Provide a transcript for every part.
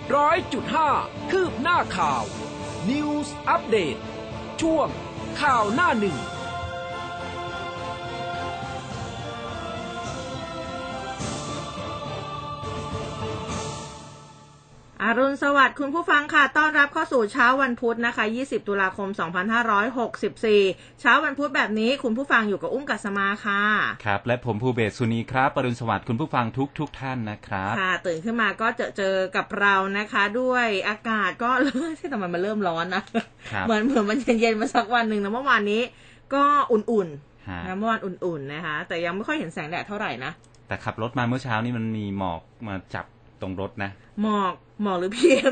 100.5 คืบหน้าข่าว News Update ช่วงข่าวหน้าหนึ่งอรุณสวัสดิ์คุณผู้ฟังค่ะต้อนรับเข้าสู่เช้าวันพุธนะคะ20ตุลาคม2564เช้าวันพุธแบบนี้คุณผู้ฟังอยู่กับอุ้มกัสมาค่ะครับและผมภูเบศสุนีครับอรุณสวัสดิ์คุณผู้ฟังทุกท่านนะครับค่ะตื่นขึ้นมาก็เจอกับเรานะคะด้วยอากาศก็ที่ทำไมมันเริ่มร้อนนะเหมือนมันเย็นๆมาสักวันนึงนะเมื่อวานนี้ก็อุ่นๆนะเมื่อวานอุ่นๆนะคะแต่ยังไม่ค่อยเห็นแสงแดดเท่าไหร่นะแต่ขับรถมาเมื่อเช้านี้มันมีหมอกมาจับตรงรถนะหมอกหรือ PM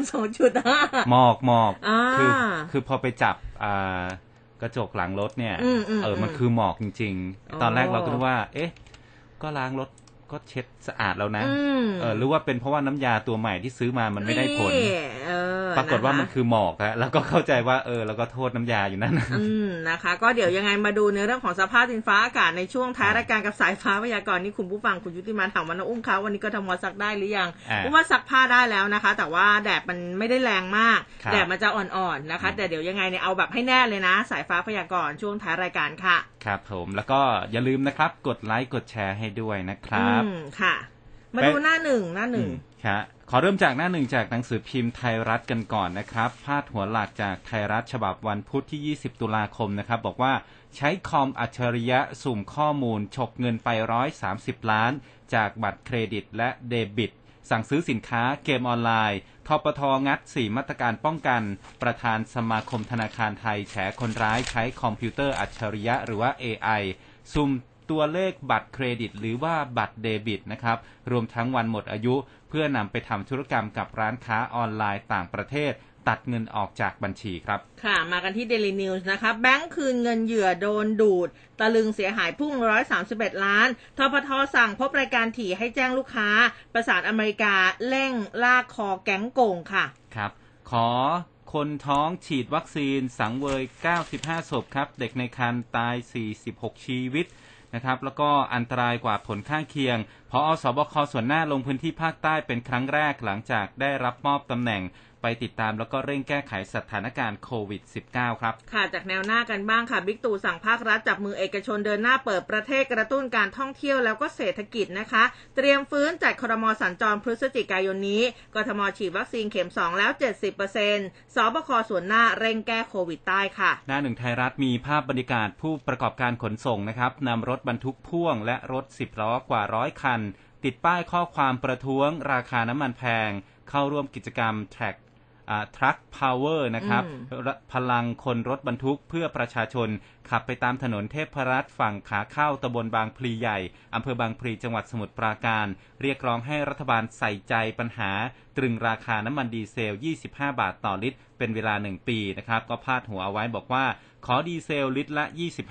2.5 หมอกคือพอไปจับกระจกหลังรถเนี่ยมันคือหมอกจริงๆตอนแรกเราก็นึกว่าเอ๊ะก็ล้างรถก็เช็ดสะอาดแล้วนะหรือว่าเป็นเพราะว่าน้ำยาตัวใหม่ที่ซื้อมามันไม่ได้ผลปรากฏว่ามันคือหมอกแล้วก็เข้าใจว่าแล้วก็โทษน้ำยาอยู่นั่นนะคะก็เดี๋ยวยังไงมาดูในเรื่องของสภาพดินฟ้าอากาศในช่วงท้ายรายการกับสายฟ้าพยากรณ์นี่คุณผู้ฟังคุณยุติมาถามว่าน้องอุ้มคะวันนี้ก็ทำซักได้หรือยังอุ้มว่าซักผ้าได้แล้วนะคะแต่ว่าแดดมันไม่ได้แรงมากแดดมันจะอ่อนๆนะคะแต่เดี๋ยวยังไงเนี่ยเอาแบบให้แน่เลยนะสายฟ้าพยากรณ์ช่วงท้ายรายการค่ะครับผมแล้วก็อย่าลืมนะครับกดไลค์กดแชร์ให้ด้วยนะครับค่ะมาดูหน้าหนึ่งครับขอเริ่มจากหน้าหนึ่งจากหนังสือพิมพ์ไทยรัฐกันก่อนนะครับพาดหัวหลักจากไทยรัฐฉบับวันพุธที่20ตุลาคมนะครับบอกว่าใช้คอมอัจฉริยะสุ่มข้อมูลฉกเงินไป130ล้านจากบัตรเครดิตและเดบิตสั่งซื้อสินค้าเกมออนไลน์ทปท.งัด4มาตรการป้องกันประธานสมาคมธนาคารไทยแฉคนร้ายใช้คอมพิวเตอร์อัจฉริยะหรือว่า AI สุ่มตัวเลขบัตรเครดิตหรือว่าบัตรเดบิตนะครับรวมทั้งวันหมดอายุเพื่อนำไปทำธุรกรรมกับร้านค้าออนไลน์ต่างประเทศตัดเงินออกจากบัญชีครับค่ะมากันที่ Daily News นะคะแบงค์คืนเงินเหยื่อโดนดูดตะลึงเสียหายพุ่ง131ล้านทปท.สั่งพบรายการถี่ให้แจ้งลูกค้าประสานอเมริกาเร่งลากคอแก๊งโกงค่ะครับขอคนท้องฉีดวัคซีนสังเวย95ศพครับเด็กในครรภ์ตาย46ชีวิตนะครับแล้วก็อันตรายกว่าผลข้างเคียงผอ.สบค.ส่วนหน้าลงพื้นที่ภาคใต้เป็นครั้งแรกหลังจากได้รับมอบตำแหน่งไปติดตามแล้วก็เร่งแก้ไขสถานการณ์โควิด -19 ครับค่ะจากแนวหน้ากันบ้างค่ะบิ๊กตู่สั่งภาครัฐจับมือเอกชนเดินหน้าเปิดประเทศกระตุ้นการท่องเที่ยวแล้วก็เศรษฐกิจนะคะเตรียมฟื้นจัดครม.สัญจรพฤศจิกายนนี้กทม.ฉีดวัคซีนเข็ม2แล้ว 70% สบค.ส่วนหน้าเร่งแก้โควิดใต้ค่ะหน้าหนึ่งไทยรัฐมีภาพบรรยากาศผู้ประกอบการขนส่งนะครับนำรถบรรทุกพ่วงและรถ10ล้อกว่า100คันติดป้ายข้อความประท้วงราคาน้ำมันแพงเข้าร่วมกิจกรรมTruck Power นะครับพลังคนรถบรรทุกเพื่อประชาชนขับไปตามถนนเทพรัตน์ฝั่งขาเข้าตำบลบางพลีใหญ่อำเภอบางพลีจังหวัดสมุทรปราการเรียกร้องให้รัฐบาลใส่ใจปัญหาตรึงราคาน้ำมันดีเซล25 บาทต่อลิตรเป็นเวลา1ปีนะครับก็พาดหัวเอาไว้บอกว่าขอดีเซลลิตรละ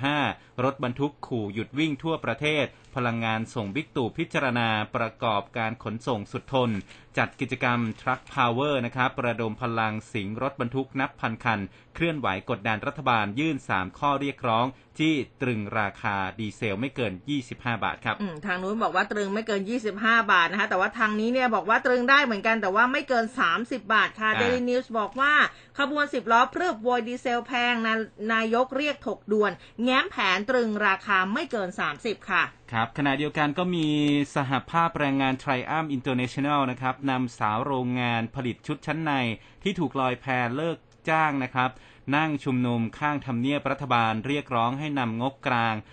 25รถบรรทุกขู่หยุดวิ่งทั่วประเทศพลังงานส่งบิ๊กตู่พิจารณาประกอบการขนส่งสุดทนจัดกิจกรรม Truck Power นะครับประดมพลังสิงรถบรรทุกนับพันคันเคลื่อนไหวกดดันรัฐบาลยื่น3ข้อเรียกร้องที่ตรึงราคาดีเซลไม่เกิน25บาทครับทางนู้นบอกว่าตรึงไม่เกิน25บาทนะคะแต่ว่าทางนี้เนี่ยบอกว่าตรึงได้เหมือนกันแต่ว่าไม่เกิน30บาทค่ะ Daily News บอกว่าขบวน10ล้อพรึบโวยดีเซลแพงนายกเรียกถกด่วนแง้มแผนตรึงราคาไม่เกิน30ค่ะครับขณะเดียวกันก็มีสหภาพแรงงาน Triumph International นะครับนำสาวโรงงานผลิตชุดชั้นในที่ถูกลอยแพเลิกจ้างนะครับนั่งชุมนุมข้างทำเนียบรัฐบาลเรียกร้องให้นำงบกลาง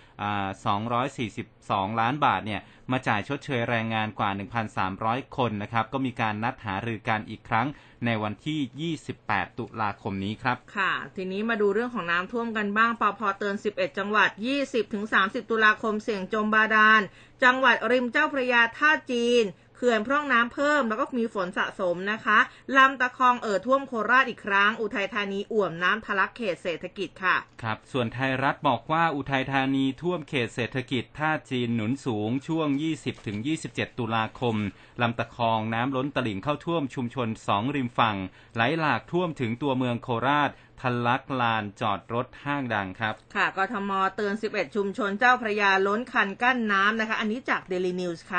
242ล้านบาทเนี่ยมาจ่ายชดเชยแรงงานกว่า 1,300 คนนะครับก็มีการนัดหารือกันอีกครั้งในวันที่28ตุลาคมนี้ครับค่ะทีนี้มาดูเรื่องของน้ำท่วมกันบ้างปภ.เตือน11จังหวัด 20-30 ตุลาคมเสี่ยงจมบาดาลจังหวัดริมเจ้าพระยาท่าจีนเขื่อนพร่องน้ำเพิ่มแล้วก็มีฝนสะสมนะคะลำตะคองท่วมโคราชอีกครั้งอุทัยธานีอ่วมน้ำทะลักเขตเศรษฐกิจค่ะครับส่วนไทยรัฐบอกว่าอุทัยธานีท่วมเขตเศรษฐกิจท่าจีนหนุนสูงช่วง 20-27 ตุลาคมลำตะคองน้ำล้นตลิ่งเข้าท่วมชุมชน2ริมฝั่งไหลหลากท่วมถึงตัวเมืองโคราชทะลักลานจอดรถห้างดังครับค่ะกทม.เตือน11ชุมชนเจ้าพระยาล้นคันกั้นน้ำนะคะอันนี้จาก Daily News ค่ะ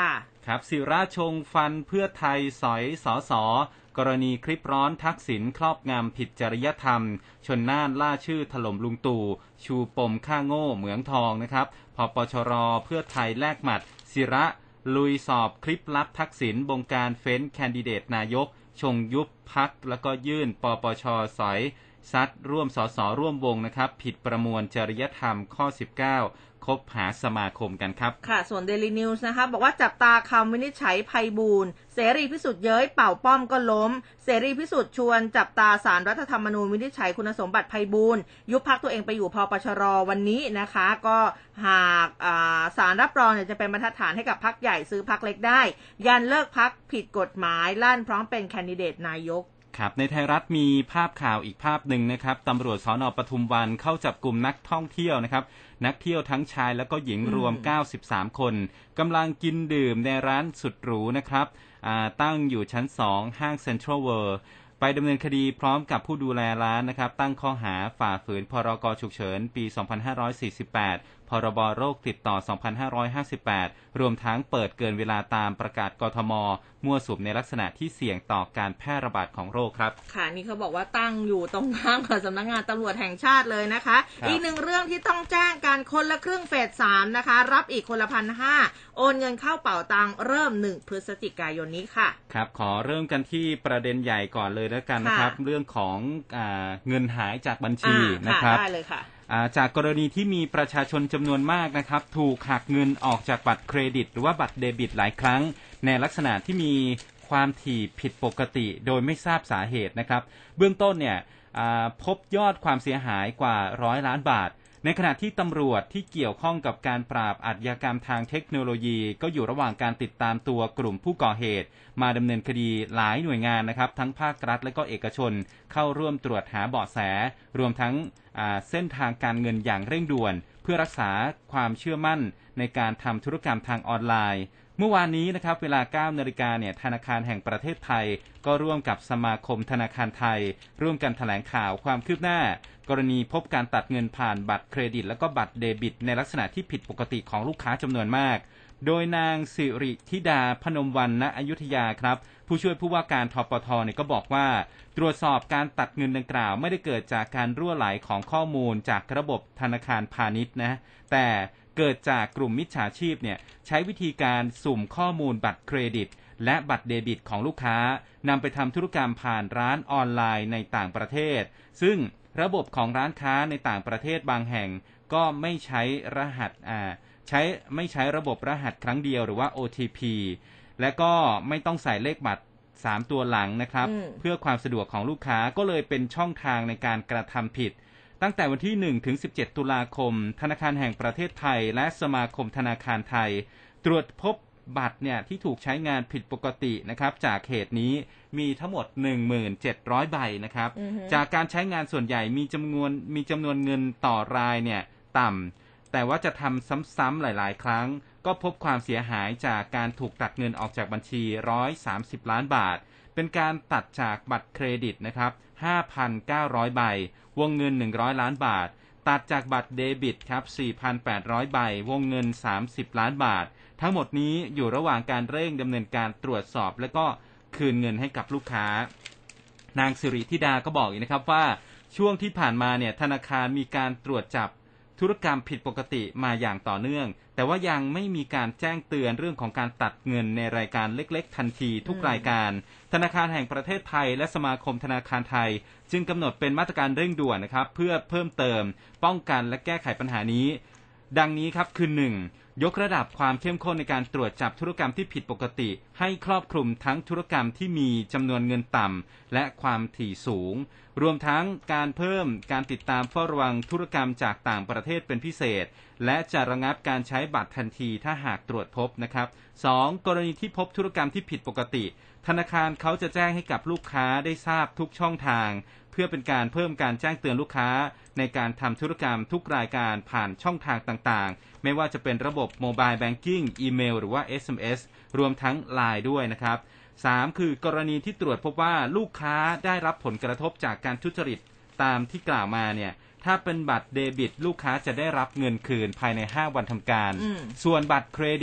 ครับศิระชงฟันเพื่อไทยสอยสสกรณีคลิปร้อนทักษิณครอบงำผิดจริยธรรมชนน่านล่าชื่อถล่มลุงตู่ชูปมฆ่าโง่เหมืองทองนะครับพปชรเพื่อไทยแลกหมัดศิระลุยสอบคลิปลับทักษิณบงการเฟ้นแคนดิเดตนายกชงยุบพักแล้วก็ยื่นปปชสอยซัดร่วมสสร่วมวงนะครับผิดประมวลจริยธรรมข้อ19คบหาสมาคมกันครับค่ะส่วน Daily News นะคะบอกว่าจับตาคำวินิจฉัยไพบูลย์เสรีพิสุทธิ์เย้ยเป่าป้อมก็ล้มเสรีพิสุทธิ์ชวนจับตาศาลรัฐธรรมนูญวินิจฉัยคุณสมบัติไพบูลย์ยุบพรรคตัวเองไปอยู่พปชรวันนี้นะคะก็หากศาลรับรองจะเป็นบรรทัดฐานให้กับพรรคใหญ่ซื้อพรรคเล็กได้ยันเลิกพรรคผิดกฎหมายลั่นพร้อมเป็นแคนดิเดตนายกครับในไทยรัฐมีภาพข่าวอีกภาพหนึ่งนะครับตำรวจสน.ปทุมวันเข้าจับกลุ่มนักท่องเที่ยวนะครับนักเที่ยวทั้งชายและก็หญิงรวม93คนกำลังกินดื่มในร้านสุดหรูนะครับตั้งอยู่ชั้น2ห้างเซ็นทรัลเวิลด์ไปดำเนินคดีพร้อมกับผู้ดูแลร้านนะครับตั้งข้อหาฝ่าฝืนพรก.ฉุกเฉินปี2548พรบโรคติดต่อ2558รวมทั้งเปิดเกินเวลาตามประกาศกทม.มั่วสุมในลักษณะที่เสี่ยงต่อการแพร่ระบาดของโรคครับค่ะนี่เขาบอกว่าตั้งอยู่ตรงข้ามกับสำนักงานตำรวจแห่งชาติเลยนะคะอีกหนึ่งเรื่องที่ต้องแจ้งการคนละครึ่งเฟส3นะคะรับอีกคนละ1,500โอนเงินเข้าเป๋าตังเริ่ม1พฤศจิกายนนี้ค่ะครับขอเริ่มกันที่ประเด็นใหญ่ก่อนเลยแล้วกันนะครับเรื่องของเงินหายจากบัญชีนะครับได้เลยค่ะจากกรณีที่มีประชาชนจำนวนมากนะครับถูกหักเงินออกจากบัตรเครดิตหรือว่าบัตรเดบิตหลายครั้งในลักษณะที่มีความถี่ผิดปกติโดยไม่ทราบสาเหตุนะครับเบื้องต้นเนี่ยพบยอดความเสียหายกว่า100 ล้านบาทในขณะที่ตำรวจที่เกี่ยวข้องกับการปราบอาชญากรรมทางเทคโนโลยีก็อยู่ระหว่างการติดตามตัวกลุ่มผู้ก่อเหตุมาดำเนินคดีหลายหน่วยงานนะครับทั้งภาครัฐและก็เอกชนเข้าร่วมตรวจหาเบาะแสรวมทั้งเส้นทางการเงินอย่างเร่งด่วนเพื่อรักษาความเชื่อมั่นในการทำธุรกรรมทางออนไลน์เมื่อวานนี้นะครับเวลา 9 นาฬิกาเนี่ยธนาคารแห่งประเทศไทยก็ร่วมกับสมาคมธนาคารไทยร่วมกันแถลงข่าวความคืบหน้ากรณีพบการตัดเงินผ่านบัตรเครดิตและก็บัตรเดบิตในลักษณะที่ผิดปกติของลูกค้าจำนวนมากโดยนางสิริธิดาพนมวรรณ ณ อยุธยาครับผู้ช่วยผู้ว่าการทปท.เนี่ยก็บอกว่าตรวจสอบการตัดเงินดังกล่าวไม่ได้เกิดจากการรั่วไหลของข้อมูลจากระบบธนาคารพาณิชย์นะแต่เกิดจากกลุ่มมิจฉาชีพเนี่ยใช้วิธีการสุ่มข้อมูลบัตรเครดิตและบัตรเดบิตของลูกค้านำไปทำธุรกรรมผ่านร้านออนไลน์ในต่างประเทศซึ่งระบบของร้านค้าในต่างประเทศบางแห่งก็ไม่ใช้รหัสไม่ใช้ระบบรหัสครั้งเดียวหรือว่า OTP และก็ไม่ต้องใส่เลขบัตร3 ตัวหลังนะครับเพื่อความสะดวกของลูกค้าก็เลยเป็นช่องทางในการกระทำผิดตั้งแต่วันที่1 ถึง 17 ตุลาคมธนาคารแห่งประเทศไทยและสมาคมธนาคารไทยตรวจพบบัตรเนี่ยที่ถูกใช้งานผิดปกตินะครับจากเหตุนี้มีทั้งหมด 17,000 ใบนะครับจากการใช้งานส่วนใหญ่มีจำนวนเงินต่อรายเนี่ยต่ำแต่ว่าจะทำซ้ำๆหลายๆครั้งก็พบความเสียหายจากการถูกตัดเงินออกจากบัญชี130 ล้านบาทเป็นการตัดจากบัตรเครดิตนะครับ 5,900 ใบวงเงิน100 ล้านบาทตัดจากบัตรเดบิตครับ 4,800 ใบวงเงิน30 ล้านบาททั้งหมดนี้อยู่ระหว่างการเร่งดำเนินการตรวจสอบและก็คืนเงินให้กับลูกค้านางสิริธิดาก็บอกอีกนะครับว่าช่วงที่ผ่านมาเนี่ยธนาคารมีการตรวจจับธุรกรรมผิดปกติมาอย่างต่อเนื่องแต่ว่ายังไม่มีการแจ้งเตือนเรื่องของการตัดเงินในรายการเล็กๆทันทีทุกรายการธนาคารแห่งประเทศไทยและสมาคมธนาคารไทยจึงกำหนดเป็นมาตรการเร่งด่วนนะครับเพื่อเพิ่มเติมป้องกันและแก้ไขปัญหานี้ดังนี้ครับคือ 1. ยกระดับความเข้มข้นในการตรวจจับธุรกรรมที่ผิดปกติให้ครอบคลุมทั้งธุรกรรมที่มีจำนวนเงินต่ำและความถี่สูงรวมทั้งการเพิ่มการติดตามเฝ้าระวังธุรกรรมจากต่างประเทศเป็นพิเศษและจะระงับการใช้บัตรทันทีถ้าหากตรวจพบนะครับ 2. กรณีที่พบธุรกรรมที่ผิดปกติธนาคารเขาจะแจ้งให้กับลูกค้าได้ทราบทุกช่องทางเพื่อเป็นการเพิ่มการแจ้งเตือนลูกค้าในการทำธุรกรรมทุกรายการผ่านช่องทางต่างๆไม่ว่าจะเป็นระบบโมบายแบงกิ้งอีเมลหรือว่า SMS รวมทั้ง LINE ด้วยนะครับ 3. คือกรณีที่ตรวจพบว่าลูกค้าได้รับผลกระทบจากการทุจริตตามที่กล่าวมาเนี่ยถ้าเป็นบัตรเดบิตลูกค้าจะได้รับเงินคืนภายใน5 วันทำการส่วนบัตรเครดิต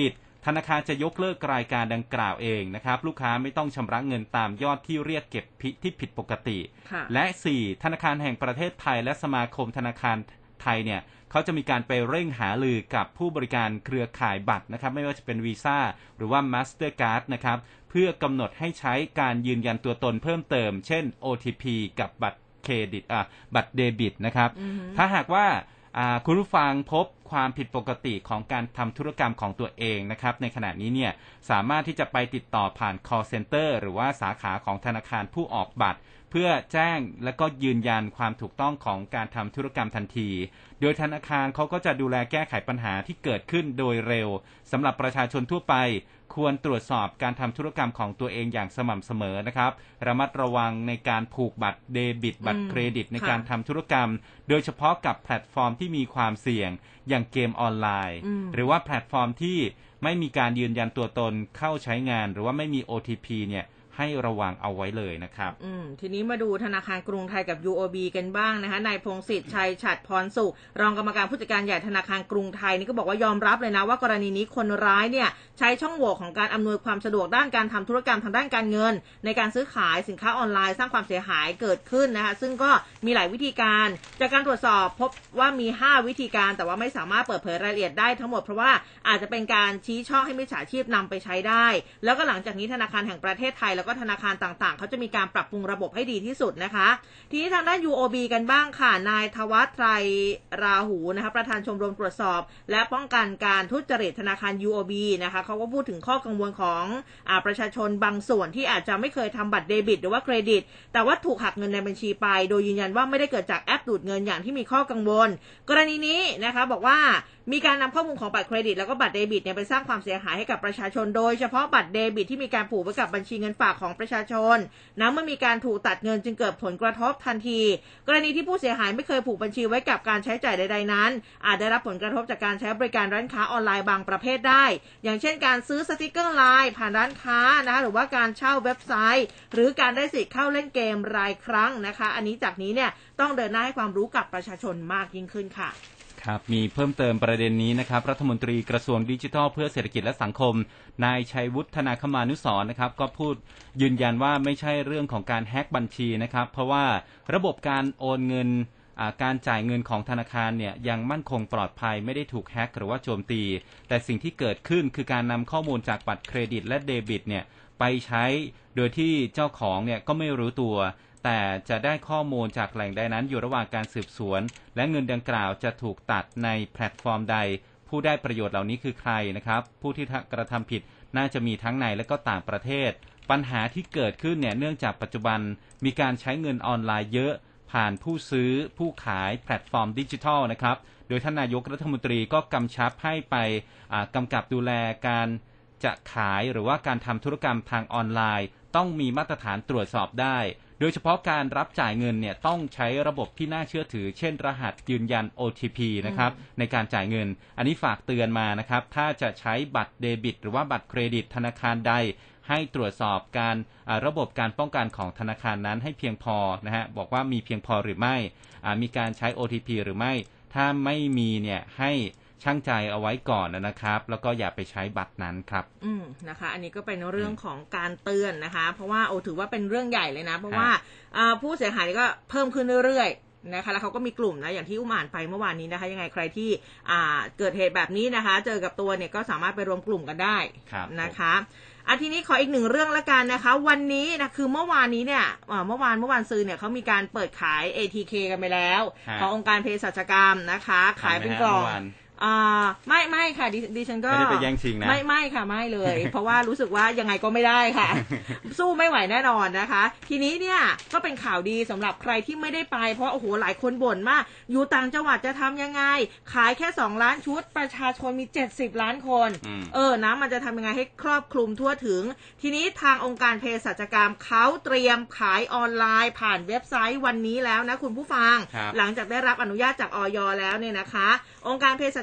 ธนาคารจะยกเลิกรายการดังกล่าวเองนะครับลูกค้าไม่ต้องชำระเงินตามยอดที่เรียกเก็บที่ผิดปกติและ 4. ธนาคารแห่งประเทศไทยและสมาคมธนาคารไทยเนี่ยเขาจะมีการไปเร่งหารือกับผู้บริการเครือข่ายบัตรนะครับไม่ว่าจะเป็นวีซ่าหรือว่า Mastercard นะครับเพื่อกำหนดให้ใช้การยืนยันตัวตนเพิ่มเติมเช่น OTP กับบัตรเครดิตบัตรเดบิตนะครับถ้าหากว่าคุณผู้ฟังพบความผิดปกติของการทำธุรกรรมของตัวเองนะครับในขณะนี้เนี่ยสามารถที่จะไปติดต่อผ่าน call center หรือว่าสาขาของธนาคารผู้ออกบัตรเพื่อแจ้งและก็ยืนยันความถูกต้องของการทำธุรกรรมทันทีโดยธนาคารเขาก็จะดูแลแก้ไขปัญหาที่เกิดขึ้นโดยเร็วสำหรับประชาชนทั่วไปควรตรวจสอบการทำธุรกรรมของตัวเองอย่างสม่ำเสมอนะครับระมัดระวังในการผูกบัตรเดบิตบัตรเครดิตในการทำธุรกรรมโดยเฉพาะกับแพลตฟอร์มที่มีความเสี่ยงอย่างเกมออนไลน์หรือว่าแพลตฟอร์มที่ไม่มีการยืนยันตัวตนเข้าใช้งานหรือว่าไม่มี OTP เนี่ยให้ระวังเอาไว้เลยนะครับทีนี้มาดูธนาคารกรุงไทยกับ UOB กันบ้างนะคะนายพงศิษฐ์ชัยฉัตรพรสุขรองกรรมการผู้จัดการใหญ่ธนาคารกรุงไทยนี่ก็บอกว่ายอมรับเลยนะว่ากรณีนี้คนร้ายเนี่ยใช้ช่องโหว่ของการอำนวยความสะดวกด้านการทำธุรกรรมทางด้านการเงินในการซื้อขายสินค้าออนไลน์สร้างความเสียหายเกิดขึ้นนะคะซึ่งก็มีหลายวิธีการจากการตรวจสอบพบว่ามี5วิธีการแต่ว่าไม่สามารถเปิดเผยรายละเอียดได้ทั้งหมดเพราะว่าอาจจะเป็นการชี้ช่องให้มิจฉาชีพนำไปใช้ได้แล้วก็หลังจากนี้ธนาคารแห่งประเทศไทยแล้วก็ธนาคารต่างๆเขาจะมีการปรับปรุงระบบให้ดีที่สุดนะคะทีนี้ทางด้าน UOB กันบ้างค่ะนายทวัชไตรราหูนะคะประธานชมรมตรวจสอบและป้องกันการทุจริตธนาคาร UOB นะคะเขาก็พูดถึงข้อกังวลของประชาชนบางส่วนที่อาจจะไม่เคยทำบัตรเดบิตหรือว่าเครดิตแต่ว่าถูกหักเงินในบัญชีไปโดยยืนยันว่าไม่ได้เกิดจากแอปดูดเงินอย่างที่มีข้อกังวลกรณีนี้นะคะบอกว่ามีการนำข้อมูลของบัตรเครดิตแล้วก็บัตรเดบิตเนี่ยไปสร้างความเสียหายให้กับประชาชนโดยเฉพาะบัตรเดบิตที่มีการผูกไว้กับบัญชีเงินฝากของประชาชนเมื่อมีการถูกตัดเงินจึงเกิดผลกระทบทันทีกรณีที่ผู้เสียหายไม่เคยผูกบัญชีไว้กับการใช้จ่ายใดๆนั้นอาจได้รับผลกระทบจากการใช้บริการร้านค้าออนไลน์บางประเภทได้อย่างเช่นการซื้อสติกเกอร์ไลน์ผ่านร้านค้านะคะหรือว่าการเช่าเว็บไซต์หรือการได้สิทธิ์เข้าเล่นเกมรายครั้งนะคะอันนี้จากนี้เนี่ยต้องเดินหน้าให้ความรู้กับประชาชนมากยิ่งขึ้นค่ะครับมีเพิ่มเติมประเด็นนี้นะครับรัฐมนตรีกระทรวงดิจิทัลเพื่อเศรษฐกิจและสังคมนายชัยวุฒิธนาคมานุสรณ์นะครับก็พูดยืนยันว่าไม่ใช่เรื่องของการแฮ็กบัญชีนะครับเพราะว่าระบบการโอนเงินการจ่ายเงินของธนาคารเนี่ยยังมั่นคงปลอดภัยไม่ได้ถูกแฮ็กหรือว่าโจมตีแต่สิ่งที่เกิดขึ้นคือการนำข้อมูลจากบัตรเครดิตและเดบิตเนี่ยไปใช้โดยที่เจ้าของเนี่ยก็ไม่รู้ตัวแต่จะได้ข้อมูลจากแหล่งใดนั้นอยู่ระหว่างการสืบสวนและเงินดังกล่าวจะถูกตัดในแพลตฟอร์มใดผู้ได้ประโยชน์เหล่านี้คือใครนะครับผู้ที่กระทำผิดน่าจะมีทั้งในและก็ต่างประเทศปัญหาที่เกิดขึ้นเนี่ยเนื่องจากปัจจุบันมีการใช้เงินออนไลน์เยอะผ่านผู้ซื้อผู้ขายแพลตฟอร์มดิจิทัลนะครับโดยท่านนายกรัฐมนตรีก็กำชับให้ไปกำกับดูแลการจะขายหรือว่าการทำธุรกรรมทางออนไลน์ต้องมีมาตรฐานตรวจสอบได้โดยเฉพาะการรับจ่ายเงินเนี่ยต้องใช้ระบบที่น่าเชื่อถือเช่นรหัสยืนยัน OTP นะครับในการจ่ายเงินอันนี้ฝากเตือนมานะครับถ้าจะใช้บัตรเดบิตหรือว่าบัตรเครดิตธนาคารใดให้ตรวจสอบการระบบการป้องกันของธนาคารนั้นให้เพียงพอนะฮะบอกว่ามีเพียงพอหรือไม่มีการใช้ OTP หรือไม่ถ้าไม่มีเนี่ยให้ช่างใจเอาไว้ก่อนนะครับแล้วก็อย่าไปใช้บัตรนั้นครับนะคะอันนี้ก็เป็นเรื่องของการเตือนนะคะเพราะว่าถือว่าเป็นเรื่องใหญ่เลยนะเพราะว่าผู้เสียหายก็เพิ่มขึ้นเรื่อยๆนะคะแล้วเขาก็มีกลุ่มนะอย่างที่อุ้มอ่านไปเมื่อวานนี้นะคะยังไงใครที่เกิดเหตุแบบนี้นะคะเจอกับตัวเนี่ยก็สามารถไปรวมกลุ่มกันได้นะคะทีนี้ขออีกหนึ่งเรื่องละกันนะคะวันนี้นะคือเมื่อวานนี้เนี่ยเมื่อวานซื้อเนี่ยเขามีการเปิดขาย ATK กันไปแล้วขององค์การเภสัชกรรมนะคะขายเป็นกล่องไม่ค่ะดิฉันก็ไม่ได้ไปแย่งชิงนะไม่ค่ะไม่เลย เพราะว่ารู้สึกว่ายังไงก็ไม่ได้ค่ะ สู้ไม่ไหวแน่นอนนะคะทีนี้เนี่ยก็เป็นข่าวดีสำหรับใครที่ไม่ได้ไปเพราะโอ้โหหลายคนบ่นมากอยู่ต่างจังหวัดจะทำยังไงขายแค่2ล้านชุดประชาชนมี70ล้านคนนะมันจะทำยังไงให้ครอบคลุมทั่วถึงทีนี้ทางองค์การเภสัชกรรมเขาเตรียมขายออนไลน์ผ่านเว็บไซต์วันนี้แล้วนะคุณผู้ฟังหลังจากได้รับอนุญาตจากอย.แล้วเนี่ยนะคะองค์การเภสัช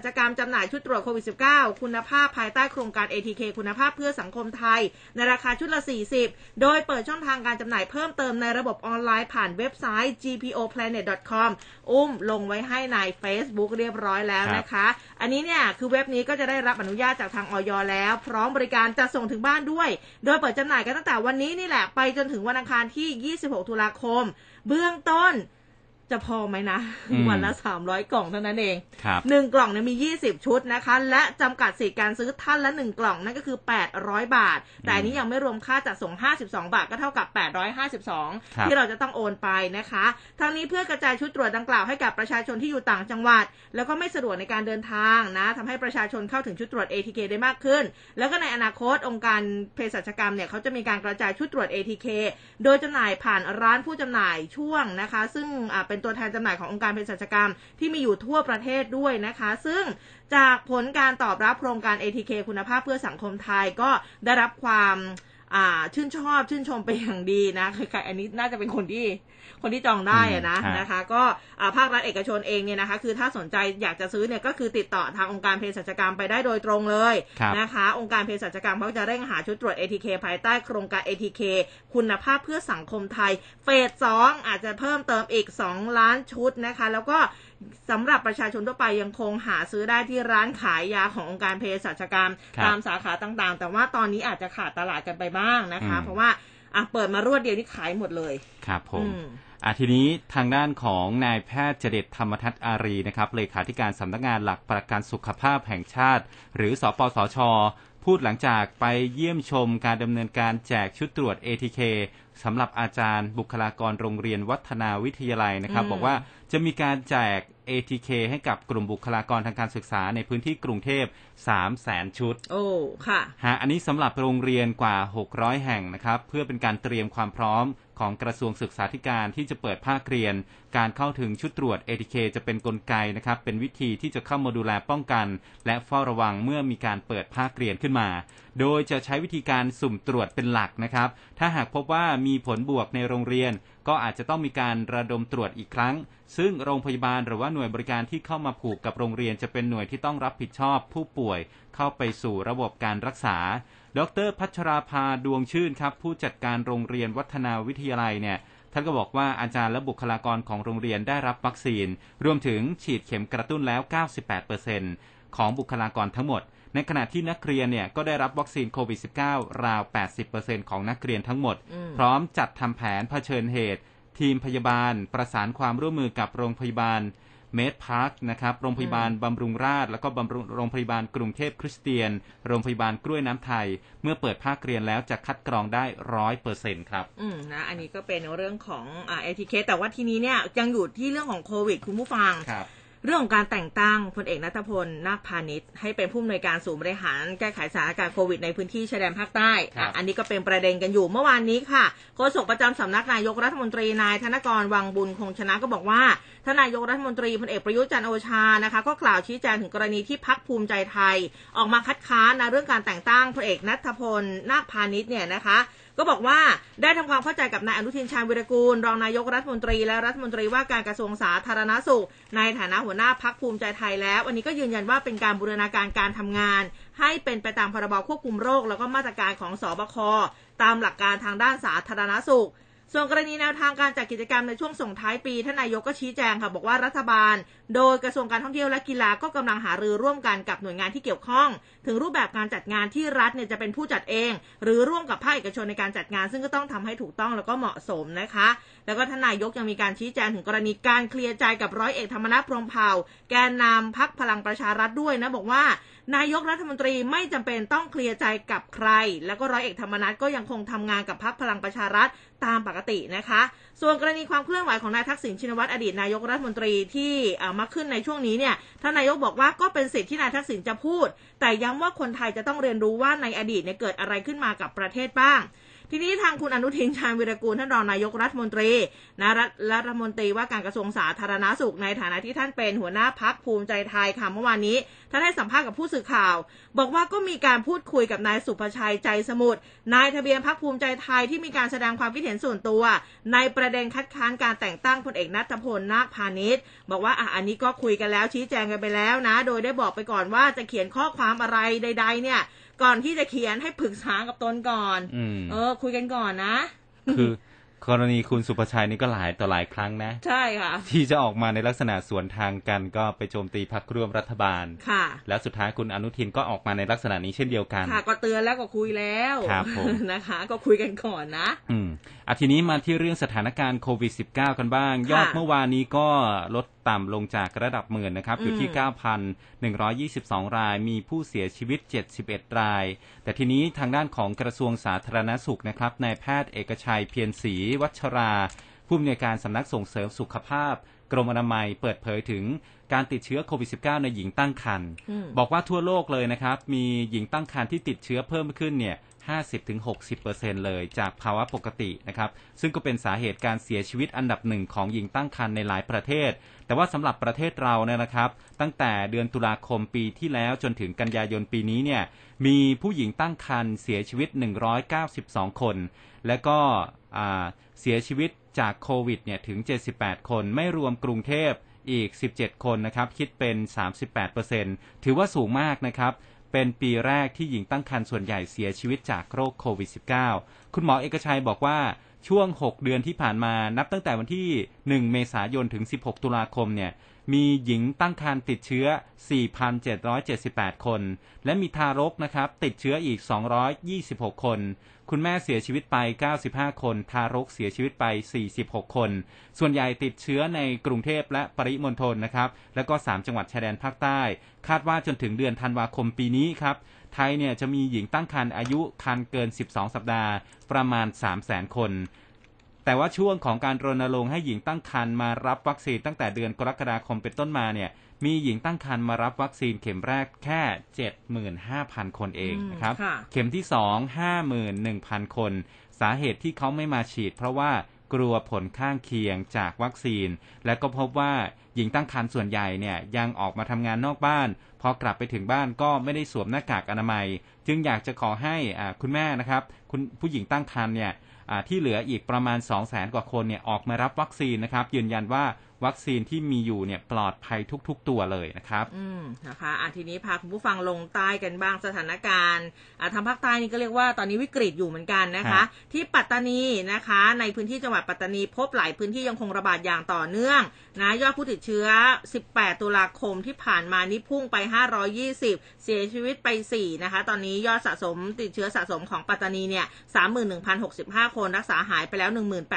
กรรมจำหน่ายชุดตรวจโควิด -19 คุณภาพภายใต้โครงการ ATK คุณภาพเพื่อสังคมไทยในราคาชุดละ40โดยเปิดช่องทางการจำหน่ายเพิ่มเติมในระบบออนไลน์ผ่านเว็บไซต์ gpoplanet.com ลงไว้ให้ใน Facebook เรียบร้อยแล้วนะคะอันนี้เนี่ยคือเว็บนี้ก็จะได้รับอนุญาตจากทางอย.แล้วพร้อมบริการจะส่งถึงบ้านด้วยโดยเปิดจำหน่ายกันตั้งแต่วันนี้นี่แหละไปจนถึงวันอังคารที่26ตุลาคมเบื้องต้นจะพอไหมนะวันละ300กล่องเท่านั้นเอง1กล่องเนี่ยมี20ชุดนะคะและจำกัดสิทธิการซื้อท่านละ1กล่องนั่นก็คือ800บาทแต่อันนี้ยังไม่รวมค่าจัดส่ง52บาทก็เท่ากับ852ที่เราจะต้องโอนไปนะคะทั้งนี้เพื่อกระจายชุดตรวจดังกล่าวให้กับประชาชนที่อยู่ต่างจังหวัดแล้วก็ไม่สะดวกในการเดินทางนะทำให้ประชาชนเข้าถึงชุดตรวจ ATK ได้มากขึ้นแล้วก็ในอนาคตองค์การเภสัชกรรมเนี่ยเขาจะมีการกระจายชุดตรวจ ATK โดยจำหน่ายผ่านร้านผู้จำหน่ายช่วงนะคะซึ่งเป็นตัวแทนจำหน่ายขององค์การเภสัชกรรมที่มีอยู่ทั่วประเทศด้วยนะคะซึ่งจากผลการตอบรับโครงการ ATK คุณภาพเพื่อสังคมไทยก็ได้รับความชื่นชมไปอย่างดีนะอันนี้น่าจะเป็นคนที่จองได้นะคะก็ภาครัฐเอกชนเองเนี่ยนะคะคือถ้าสนใจอยากจะซื้อเนี่ยก็คือติดต่อทางองค์การเภสัชกรรมไปได้โดยตรงเลยนะคะองค์การเภสัชกรรมเขาจะเร่งหาชุดตรวจ ATK ภายใต้โครงการ ATK คุณภาพเพื่อสังคมไทยเฟส 2อาจจะเพิ่มเติมอีก2ล้านชุดนะคะแล้วก็สำหรับประชาชนทั่วไปยังคงหาซื้อได้ที่ร้านขายยาขององค์การเภสัชกรรมตามสาขาต่างๆแต่ว่าตอนนี้อาจจะขาดตลาดกันไปบ้างนะคะเพราะว่าเปิดมารวดเดียวนี่ขายหมดเลยครับผมทีนี้ทางด้านของนายแพทย์เจเดชธรรมทัศน์อารีนะครับเลขาธิการสำนักงานหลักประกันสุขภาพแห่งชาติหรือสปสช.พูดหลังจากไปเยี่ยมชมการดำเนินการแจกชุดตรวจ ATK สำหรับอาจารย์บุคลากรโรงเรียนวัฒนาวิทยาลัยนะครับบอกว่าจะมีการแจก ATK ให้กับกลุ่มบุคลากรทางการศึกษาในพื้นที่กรุงเทพ 300,000 ชุดโอ้ค่ะอันนี้สำหรับโรงเรียนกว่า600แห่งนะครับเพื่อเป็นการเตรียมความพร้อมของกระทรวงศึกษาธิการที่จะเปิดภาคเรียนการเข้าถึงชุดตรวจ ATK จะเป็นกลไกนะครับเป็นวิธีที่จะเข้ามาดูแลป้องกันและเฝ้าระวังเมื่อมีการเปิดภาคเรียนขึ้นมาโดยจะใช้วิธีการสุ่มตรวจเป็นหลักนะครับถ้าหากพบว่ามีผลบวกในโรงเรียนก็อาจจะต้องมีการระดมตรวจอีกครั้งซึ่งโรงพยาบาลหรือว่าหน่วยบริการที่เข้ามาผูกกับโรงเรียนจะเป็นหน่วยที่ต้องรับผิดชอบผู้ป่วยเข้าไปสู่ระบบการรักษาดร.พัชราภาดวงชื่นครับผู้จัดการโรงเรียนวัฒนาวิทยาลัยเนี่ยท่านก็บอกว่าอาจารย์และบุคลากรของโรงเรียนได้รับวัคซีนรวมถึงฉีดเข็มกระตุ้นแล้ว 98% ของบุคลากรทั้งหมดในขณะที่นักเรียนเนี่ยก็ได้รับวัคซีนโควิด -19 ราว 80% ของนักเรียนทั้งหมดพร้อมจัดทำแผนเผชิญเหตุทีมพยาบาลประสานความร่วมมือกับโรงพยาบาลเมดพาร์คนะครับโรงพยาบาลบำรุงราษฎร์แล้วก็โรงพยาบาลกรุงเทพคริสเตียนโรงพยาบาลกล้วยน้ำไทยเมื่อเปิดภาคเรียนแล้วจะคัดกรองได้ 100% ครับนะอันนี้ก็เป็นเรื่องของATK แต่ว่าทีนี้เนี่ยยังอยู่ที่เรื่องของโควิดคุณผู้ฟังเรื่องของการแต่งตั้งพลเอกณัฐพลนาคพาณิชย์ให้เป็นผู้อำนวยการศูนย์บริหารแก้ไขสถานการณ์โควิดในพื้นที่ชายแดนภาคใต้อันนี้ก็เป็นประเด็นกันอยู่เมื่อวานนี้ค่ะโฆษกประจำสำนักนายกรัฐมนตรีนายธนกรวังบุญคงชนะก็บอกว่าท่านนายกรัฐมนตรีพลเอกประยุทธ์จันทร์โอชานะคะก็กล่าวชี้แจงถึงกรณีที่พรรคภูมิใจไทยออกมาคัดค้านเรื่องการแต่งตั้งพลเอกณัฐพลนาคพาณิชย์เนี่ยนะคะก็บอกว่าได้ทำความเข้าใจกับนายอนุทินชาญวิรากูลรองนายกรัฐมนตรีและรัฐมนตรีว่าการกระทรวงสาธารณสุขในฐานะหัวหน้าพรรคภูมิใจไทยแล้ววันนี้ก็ยืนยันว่าเป็นการบูรณาการการทำงานให้เป็นไปตามพรบควบคุมโรคแล้วก็มาตรการของสบคตามหลักการทางด้านสาธารณสุขส่วนกรณีแนวทางการจัดกิจกรรมในช่วงส่งท้ายปีท่านนายกก็ชี้แจงค่ะบอกว่ารัฐบาลโดยกระทรวงการท่องเที่ยวและกีฬาก็กำลังหารือร่วมกันกับหน่วยงานที่เกี่ยวข้องถึงรูปแบบการจัดงานที่รัฐเนี่ยจะเป็นผู้จัดเองหรือร่วมกับภาคเอกชนในการจัดงานซึ่งก็ต้องทำให้ถูกต้องแล้วก็เหมาะสมนะคะแล้วก็ท่านนายกยังมีการชี้แจงถึงกรณีการเคลียร์ใจกับร้อยเอกธรรมนัส พรหมเผ่าแกนนำพรรคพลังประชารัฐด้วยนะบอกว่านายกรัฐมนตรีไม่จำเป็นต้องเคลียร์ใจกับใครแล้วก็ร้อยเอกธรรมนัสก็ยังคงทำงานกับพรรคพลังประชารัฐตามปกตินะคะส่วนกรณีความเคลื่อนไหวของนายทักษิณชินวัตรอดีตนายกรัฐมนตรีที่มาขึ้นในช่วงนี้เนี่ยท่านนายกบอกว่าก็เป็นสิทธิ์ที่นายทักษิณจะพูดแต่ย้ำว่าคนไทยจะต้องเรียนรู้ว่าในอดีตเนี่ยเกิดอะไรขึ้นมากับประเทศบ้างทีนี้ทางคุณอนุทินชาญวีรกูลท่านรองนายกรัฐมนตรีนะรัฐมนตรีว่าการกระทรวงสาธารณสุขในฐานะที่ท่านเป็นหัวหน้าพรรคภูมิใจไทยค่ะเมื่อวานนี้ท่านให้สัมภาษณ์กับผู้สื่อข่าวบอกว่าก็มีการพูดคุยกับนายสุภชัยใจสมุทรนายทะเบียนพรรคภูมิใจไทยที่มีการแสดงความคิดเห็นส่วนตัวในประเด็นคัดค้านการแต่งตั้งพลเอกณัฐพลนาคพานิชบอกว่าอันนี้ก็คุยกันแล้วชี้แจงกันไปแล้วนะโดยได้บอกไปก่อนว่าจะเขียนข้อความอะไรใดๆเนี่ยก่อนที่จะเขียนให้ปรึกษากับตนก่อนคุยกันก่อนนะคือกรณีคุณสุภชัยนี่ก็หลายต่อหลายครั้งนะใช่ค่ะที่จะออกมาในลักษณะสวนทางกันก็ไปโจมตีพรรคร่วมรัฐบาลค่ะแล้วสุดท้ายคุณอนุทินก็ออกมาในลักษณะนี้เช่นเดียวกันค่ะก็เตือนแล้วก็คุยแล้วครับผมนะคะก็คุยกันก่อนนะทีนี้มาที่เรื่องสถานการณ์โควิด -19 กันบ้างยอดเมื่อวานนี้ก็ลดต่ำลงจากระดับหมื่นนะครับอยู่ที่ 9,122 รายมีผู้เสียชีวิต71รายแต่ทีนี้ทางด้านของกระทรวงสาธารณสุขนะครับนายแพทย์เอกชัยเพียรศรีวัชราผู้อำนวยการสำนักส่งเสริมสุขภาพกรมอนามัยเปิดเผยถึงการติดเชื้อโควิด -19 ในหญิงตั้งครรภ์บอกว่าทั่วโลกเลยนะครับมีหญิงตั้งครรภ์ที่ติดเชื้อเพิ่มขึ้นเนี่ย50-60% เลยจากภาวะปกตินะครับซึ่งก็เป็นสาเหตุการเสียชีวิตอันดับหนึ่งของหญิงตั้งครรภ์ในหลายประเทศแต่ว่าสำหรับประเทศเราเนี่ยนะครับตั้งแต่เดือนตุลาคมปีที่แล้วจนถึงกันยายนปีนี้เนี่ยมีผู้หญิงตั้งครรภ์เสียชีวิต192คนและก็เสียชีวิตจากโควิดเนี่ยถึง78คนไม่รวมกรุงเทพอีก17คนนะครับคิดเป็น 38% ถือว่าสูงมากนะครับเป็นปีแรกที่หญิงตั้งครรภ์ส่วนใหญ่เสียชีวิตจากโรคโควิด -19 คุณหมอเอกชัยบอกว่าช่วง6เดือนที่ผ่านมานับตั้งแต่วันที่1เมษายนถึง16ตุลาคมเนี่ยมีหญิงตั้งครรภ์ติดเชื้อ 4,778 คนและมีทารกนะครับติดเชื้ออีก226คนคุณแม่เสียชีวิตไป95คนทารกเสียชีวิตไป46คนส่วนใหญ่ติดเชื้อในกรุงเทพและปริมณฑลนะครับแล้วก็3จังหวัดชายแดนภาคใต้คาดว่าจนถึงเดือนธันวาคมปีนี้ครับไทยเนี่ยจะมีหญิงตั้งครรภ์อายุครรภ์เกิน12สัปดาห์ประมาณ 300,000 คนแต่ว่าช่วงของการรณรงค์ให้หญิงตั้งครรภ์มารับวัคซีนตั้งแต่เดือนกรกฎาคมเป็นต้นมาเนี่ยมีหญิงตั้งครรภ์มารับวัคซีนเข็มแรกแค่ 75,000 คนเองนะครับเข็มที่2 51,000 คนสาเหตุที่เขาไม่มาฉีดเพราะว่ากลัวผลข้างเคียงจากวัคซีนและก็พบว่าหญิงตั้งครรภ์ส่วนใหญ่เนี่ยยังออกมาทำงานนอกบ้านพอกลับไปถึงบ้านก็ไม่ได้สวมหน้ากากอนามัยจึงอยากจะขอให้คุณแม่นะครับคุณผู้หญิงตั้งครรภ์เนี่ยที่เหลืออีกประมาณ 200,000 กว่าคนเนี่ยออกมารับวัคซีนนะครับยืนยันว่าวัคซีนที่มีอยู่เนี่ยปลอดภัยทุกๆตัวเลยนะครับนะคะทีนี้พาคุณผู้ฟังลงใต้กันบ้างสถานการณ์ทางภาคใต้นี่ก็เรียกว่าตอนนี้วิกฤตอยู่เหมือนกันนะคะที่ปัตตานีนะคะในพื้นที่จังหวัดปัตตานีพบหลายพื้นที่ยังคงระบาดอย่างต่อเนื่องนะยอดผู้ติดเชื้อ18ตุลาคมที่ผ่านมานี่พุ่งไป520เสียชีวิตไป4นะคะตอนนี้ยอดสะสมติดเชื้อสะสมของปัตตานีเนี่ย 31,065 คนรักษาหายไปแล้ว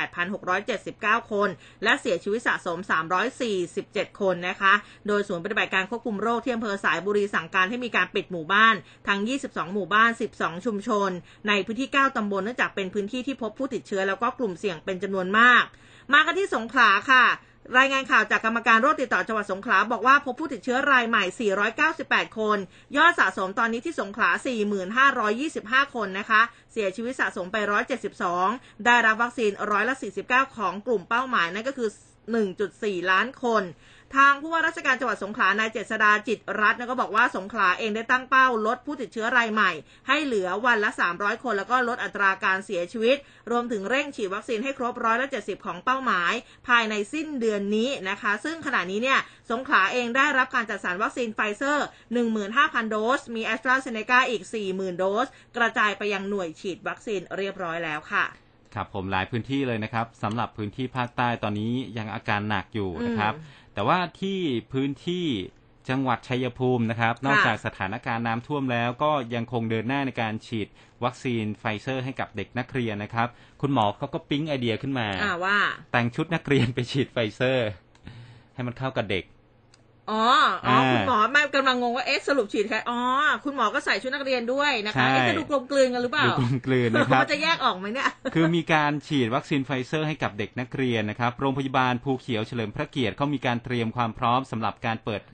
18,679 คนและเสียชีวิตสะสม347 คนนะคะโดยศูนย์ปฏิบัติการควบคุมโรคที่อำเภอสายบุรีสั่งการให้มีการปิดหมู่บ้านทั้ง22หมู่บ้าน12ชุมชนในพื้นที่9ตำบลเนื่องจากเป็นพื้นที่ที่พบผู้ติดเชื้อแล้วก็กลุ่มเสี่ยงเป็นจำนวนมากมากันที่สงขลาค่ะรายงานข่าวจากกรรมการโรคติดต่อจังหวัดสงขลาบอกว่าพบผู้ติดเชื้อรายใหม่498คนยอดสะสมตอนนี้ที่สงขลา 45,25 คนนะคะเสียชีวิตสะสมไป172ได้รับวัคซีน49%ของกลุ่มเป้าหมายนั่นก็คือ1.4 ล้านคนทางผู้ว่าราชการจังหวัดสงขลานายเจษฎาจิตรัตน์ก็บอกว่าสงขลาเองได้ตั้งเป้าลดผู้ติดเชื้อรายใหม่ให้เหลือวันละ300คนแล้วก็ลดอัตราการเสียชีวิตรวมถึงเร่งฉีดวัคซีนให้ครบ170ของเป้าหมายภายในสิ้นเดือนนี้นะคะซึ่งขณะนี้เนี่ยสงขลาเองได้รับการจัดสรรวัคซีนไฟเซอร์ 15,000 โดสมีแอสตราเซเนกาอีก 40,000 โดสกระจายไปยังหน่วยฉีดวัคซีนเรียบร้อยแล้วค่ะครับผมหลายพื้นที่เลยนะครับสำหรับพื้นที่ภาคใต้ตอนนี้ยังอาการหนักอยู่นะครับแต่ว่าที่พื้นที่จังหวัดชัยภูมินะครับนอกจากสถานการณ์น้ำท่วมแล้วก็ยังคงเดินหน้าในการฉีดวัคซีนไฟเซอร์ให้กับเด็กนักเรียนนะครับคุณหมอเขาก็ปิ๊งไอเดียขึ้นมาว่าแต่งชุดนักเรียนไปฉีดไฟเซอร์ให้มันเข้ากับเด็กคุณหมอไม่กำลังงงว่าสรุปฉีดใครคุณหมอก็ใส่ชุดนักเรียนด้วยนะคะจะดูกลมกลืนกันหรือเปล่าดูกลมกลืนนะครับมันจะแยกออกไหมเนี่ยคือมีการฉีดวัคซีนไฟเซอร์ให้กับเด็กนักเรียนนะครับโรงพยาบาลภูเขียวเฉลิมพระเกียรติเขามีการเตรียมความพร้อมสำหรับการเปิด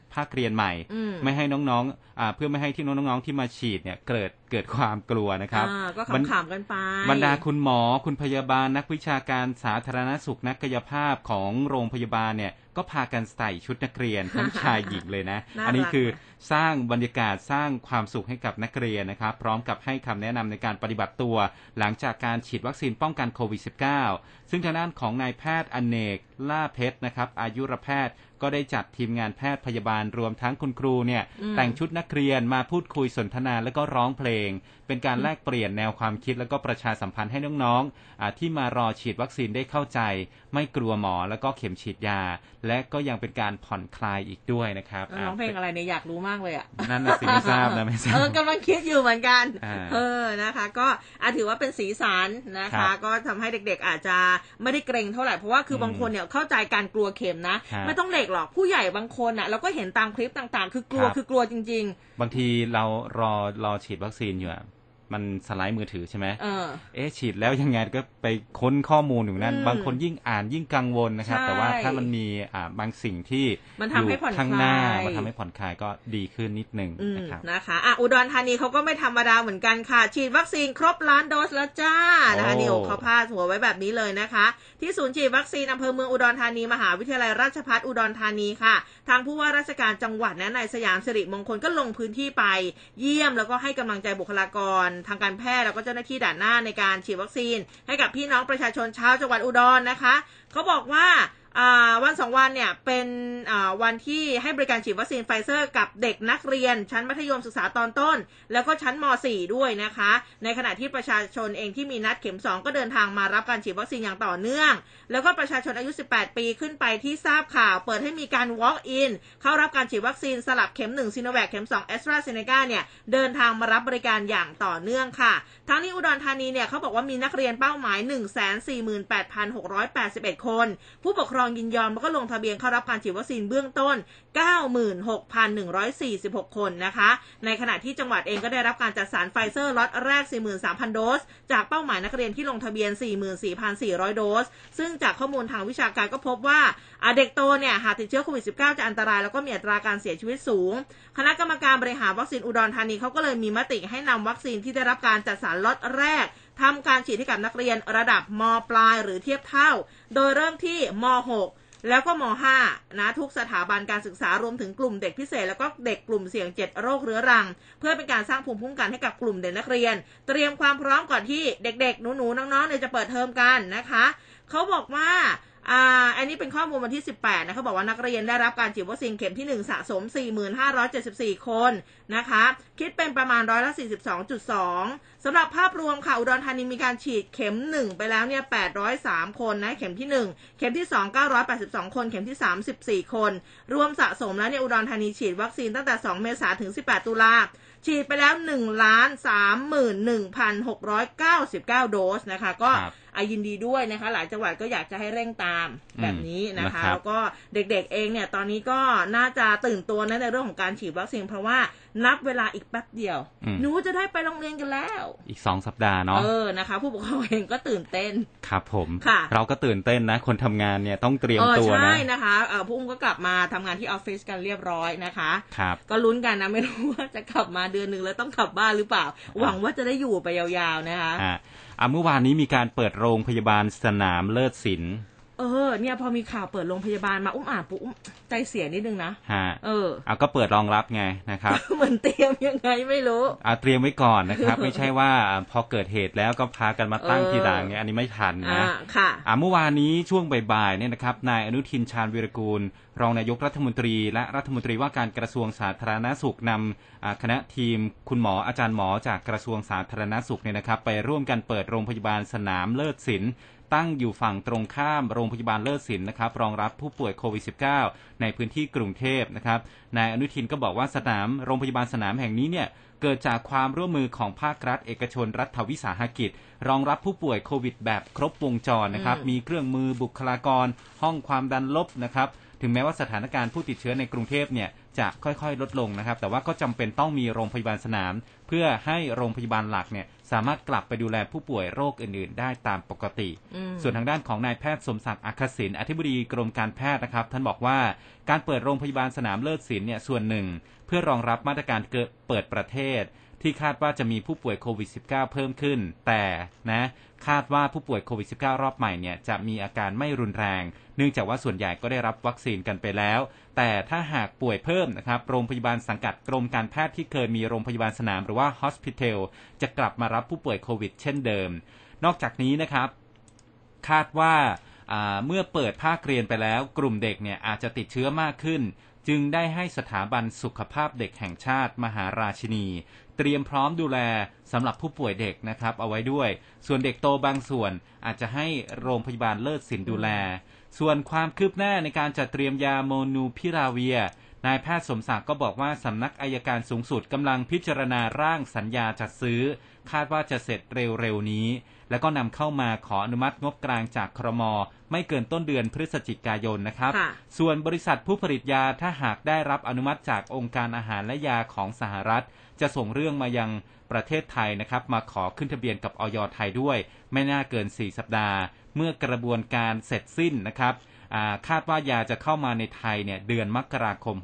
ภาคเรียนใหม่ไม่ให้น้องๆเพื่อไม่ให้ที่น้องๆที่มาฉีดเนี่ยเกิดความกลัวนะครับก็ขำๆกันไปบรรดาคุณหมอคุณพยาบาลนักวิชาการสาธารณสุขนักกายภาพของโรงพยาบาลเนี่ยก็พากันใส่ชุดนักเรียนทั้งชายหญิงเลยนะ อันนี้คือสร้างบรรยากาศสร้างความสุขให้กับนักเรียนนะครับพร้อมกับให้คำแนะนำในการปฏิบัติตัวหลังจากการฉีดวัคซีนป้องกันโควิด -19 ซึ่งทางด้านของนายแพทย์อเนกล่าเพชรนะครับอายุรแพทย์ก็ได้จัดทีมงานแพทย์พยาบาลรวมทั้งคุณครูเนี่ยแต่งชุดนักเรียนมาพูดคุยสนทนาแล้วก็ร้องเพลงเป็นการแลกเปลี่ยนแนวความคิดแล้วก็ประชาสัมพันธ์ให้น้องๆที่มารอฉีดวัคซีนได้เข้าใจไม่กลัวหมอแล้วก็เข็มฉีดยาและก็ยังเป็นการผ่อนคลายอีกด้วยนะครับร้องเพลงอะไรเนี่ยอยากรู้มากเลยอ่ะนั่นน่ะสิไม่ทราบนะไม่ทราบกำลังคิดอยู่เหมือนกันนะคะก็ถือว่าเป็นสีสันนะคะก็ทำให้เด็กๆอาจจะไม่ได้เกรงเท่าไหร่เพราะว่าคือบางคนเนี่ยเข้าใจการกลัวเข็มนะไม่ต้องเด็กหรอกผู้ใหญ่บางคนอ่ะเราก็เห็นตามคลิปต่างๆคือกลัวจริงๆบางทีเรารอฉีดวัคซีนอยู่มันสไลด์มือถือใช่ไหมฉีดแล้วยังไงก็ไปค้นข้อมูลอยู่นั่นบางคนยิ่งอ่านยิ่งกังวลนะครับแต่ว่าถ้ามันมีบางสิ่งที่อยู่ข้างหน้ามันทำให้ผ่อนคลายก็ดีขึ้นนิดนึงนะคะอุดรธานีเขาก็ไม่ธรรมดาเหมือนกันค่ะฉีดวัคซีนครบล้านโดสแล้วจ้านะคะนี่เขาพาดหัวไว้แบบนี้เลยนะคะที่ศูนย์ฉีดวัคซีนอำเภอเมืองอุดรธานีมหาวิทยาลัยราชภัฏอุดรธานีค่ะทางผู้ว่าราชการจังหวัดนายสยามสิริมงคลก็ลงพื้นที่ไปเยี่ยมแล้วก็ให้กำลังใจบุคลากรทางการแพทย์แล้วก็เจ้าหน้าที่ด่านหน้าในการฉีดวัคซีนให้กับพี่น้องประชาชนชาวจังหวัดอุดรนะคะเขาบอกว่าวัน2วันเนี่ยเป็นวันที่ให้บริการฉีดวัคซีนไฟเซอร์กับเด็กนักเรียนชั้นมัธยมศึกษาตอนต้นแล้วก็ชั้นม.4 ด้วยนะคะในขณะที่ประชาชนเองที่มีนัดเข็ม2ก็เดินทางมารับการฉีดวัคซีนอย่างต่อเนื่องแล้วก็ประชาชนอายุ18ปีขึ้นไปที่ทราบข่าวเปิดให้มีการ walk in เข้ารับการฉีดวัคซีนสลับเข็ม1ซิโนแวคเข็ม2 AstraZeneca เนี่ยเดินทางมารับบริการอย่างต่อเนื่องค่ะทั้งนี้อุดรธานีเนี่ยเขาบอกว่ามีนักเรียนเป้าหมาย 148,681 คนผู้ปกครองยินยอมแล้วก็ลงทะเบียนเข้ารับการฉีดวัคซีนเบื้องต้น 96,146 คนนะคะในขณะที่จังหวัดเองก็ได้รับการจัดสรรไฟเซอร์ล็อตแรก 43,000 โดสจากเป้าหมายนักเรียนที่ลงทะเบียน 44,400 โดสซึ่งจากข้อมูลทางวิชาการก็พบว่าเด็กโตเนี่ยหากติดเชื้อโควิด -19 จะอันตรายแล้วก็มีอัตราการเสียชีวิตสูงคณะกรรมการบริหารวัคซีนอุดรธานีเขาก็เลยมีมติให้นำวัคซีนที่ได้รับการจัดสรรล็อตแรกทำการฉีดให้กับนักเรียนระดับม.ปลายหรือเทียบเท่าโดยเริ่มที่ม.6 แล้วก็ม.5 นะทุกสถาบันการศึกษารวมถึงกลุ่มเด็กพิเศษแล้วก็เด็กกลุ่มเสี่ยง7โรคเรื้อรังเพื่อเป็นการสร้างภูมิคุ้มกันให้กับกลุ่มเด็กนักเรียนเตรียมความพร้อมก่อนที่เด็กๆหนูๆน้องๆเนี่ยจะเปิดเทอมกันนะคะเขาบอกว่าอันนี้เป็นข้อมูลวันที่18นะเขาบอกว่านักเรียนได้รับการฉีดวัคซีนเข็มที่1สะสม 4,574 คนนะคะคิดเป็นประมาณ42.2% สำหรับภาพรวมค่ะอุดรธานีมีการฉีดเข็ม1ไปแล้วเนี่ย803คนนะเข็มที่1เข็มที่2 982คนเข็มที่3 14คนรวมสะสมแล้วเนี่ยอุดรธานีฉีดวัคซีนตั้งแต่2เมษายนถึง18ตุลาฉีดไปแล้ว 1,31,699 โดสนะคะก็ยินดีด้วยนะคะหลายจังหวัดก็อยากจะให้เร่งตามแบบนี้นะคะแล้วก็เด็กๆเองเนี่ยตอนนี้ก็น่าจะตื่นตัวในเรื่องของการฉีดวัคซีนเพราะว่านับเวลาอีกแป๊บเดียวหนูจะได้ไปโรงเรียนกันแล้วอีก2 สัปดาห์เนาะนะคะผู้ปกครองเองก็ตื่นเต้นครับผมเราก็ตื่นเต้นนะคนทำงานเนี่ยต้องเตรียมตัวนะใช่นะคะผู้อุ้มก็กลับมาทำงานที่ออฟฟิศกันเรียบร้อยนะคะก็ลุ้นกันนะไม่รู้ว่าจะกลับมาเดือนนึงแล้วต้องกลับบ้านหรือเปล่าหวังว่าจะได้อยู่ไปยาวๆนะคะเมื่อวานนี้มีการเปิดโรงพยาบาลสนามเลิศศิลป์เนี่ยพอมีข่าวเปิดโรงพยาบาลมาอ่านปุ๊บใจเสียนิดนึงนะก็เปิดรองรับไงนะครับเหมือนเตรียมยังไงไม่รู้เตรียมไว้ก่อนนะครับ ไม่ใช่ว่าพอเกิดเหตุแล้วก็พากันมาตั้งทีหลังเนี่ยอันนี้ไม่ทันนะเมื่อวานนี้ช่วงบ่ายๆเนี่ยนะครับนายอนุทินชาญวีรกูลรองนายกรัฐมนตรีและรัฐมนตรีว่าการกระทรวงสาธารณสุขนำคณะทีมคุณหมออาจารย์หมอจากกระทรวงสาธารณสุขเนี่ยนะครับไปร่วมกันเปิดโรงพยาบาลสนามเลิศศิลป์ตั้งอยู่ฝั่งตรงข้ามโรงพยาบาลเลิศศิลป์นะครับรองรับผู้ป่วยโควิด -19 ในพื้นที่กรุงเทพนะครับนายอนุทินก็บอกว่าโรงพยาบาลสนามแห่งนี้เนี่ยเกิดจากความร่วมมือของภาครัฐเอกชนรัฐวิสาหกิจรองรับผู้ป่วยโควิดแบบครบวงจรนะครับมีเครื่องมือบุคลากรห้องความดันลบนะครับถึงแม้ว่าสถานการณ์ผู้ติดเชื้อในกรุงเทพเนี่ยจะค่อยๆลดลงนะครับแต่ว่าก็จำเป็นต้องมีโรงพยาบาลสนามเพื่อให้โรงพยาบาลหลักเนี่ยสามารถกลับไปดูแลผู้ป่วยโรคอื่นๆได้ตามปกติส่วนทางด้านของนายแพทย์สมศักดิ์อัคศิลป์อธิบดีกรมการแพทย์นะครับท่านบอกว่าการเปิดโรงพยาบาลสนามเลิศศิลป์เนี่ยส่วนหนึ่งเพื่อรองรับมาตรการเปิดประเทศที่คาดว่าจะมีผู้ป่วยโควิด -19 เพิ่มขึ้นแต่นะคาดว่าผู้ป่วยโควิด -19 รอบใหม่เนี่ยจะมีอาการไม่รุนแรงเนื่องจากว่าส่วนใหญ่ก็ได้รับวัคซีนกันไปแล้วแต่ถ้าหากป่วยเพิ่มนะครับโรงพยาบาลสังกัดกรมการแพทย์ที่เคยมีโรงพยาบาลสนามหรือว่า Hospital จะกลับมารับผู้ป่วยโควิดเช่นเดิมนอกจากนี้นะครับคาดว่าเมื่อเปิดภาคเรียนไปแล้วกลุ่มเด็กเนี่ยอาจจะติดเชื้อมากขึ้นจึงได้ให้สถาบันสุขภาพเด็กแห่งชาติมหาราชินีเตรียมพร้อมดูแลสำหรับผู้ป่วยเด็กนะครับเอาไว้ด้วยส่วนเด็กโตบางส่วนอาจจะให้โรงพยาบาลเลิศศิลป์ดูแลส่วนความคืบหน้าในการจัดเตรียมยาโมนูพิราเวียนายแพทย์สมศักดิ์ก็บอกว่าสำนักอัยการสูงสุดกำลังพิจารณาร่างสัญญาจัดซื้อคาดว่าจะเสร็จเร็วๆนี้แล้วก็นำเข้ามาขออนุมัติงบกลางจากครม.ไม่เกินต้นเดือนพฤศจิกายนนะครับส่วนบริษัทผู้ผลิตยาถ้าหากได้รับอนุมัติจากองค์การอาหารและยาของสหรัฐจะส่งเรื่องมายังประเทศไทยนะครับมาขอขึ้นทะเบียนกับอย.ไทยด้วยไม่น่าเกิน4สัปดาห์เมื่อกระบวนการเสร็จสิ้นนะครับคาดว่ายาจะเข้ามาในไทยเนี่ยเดือนมกราคม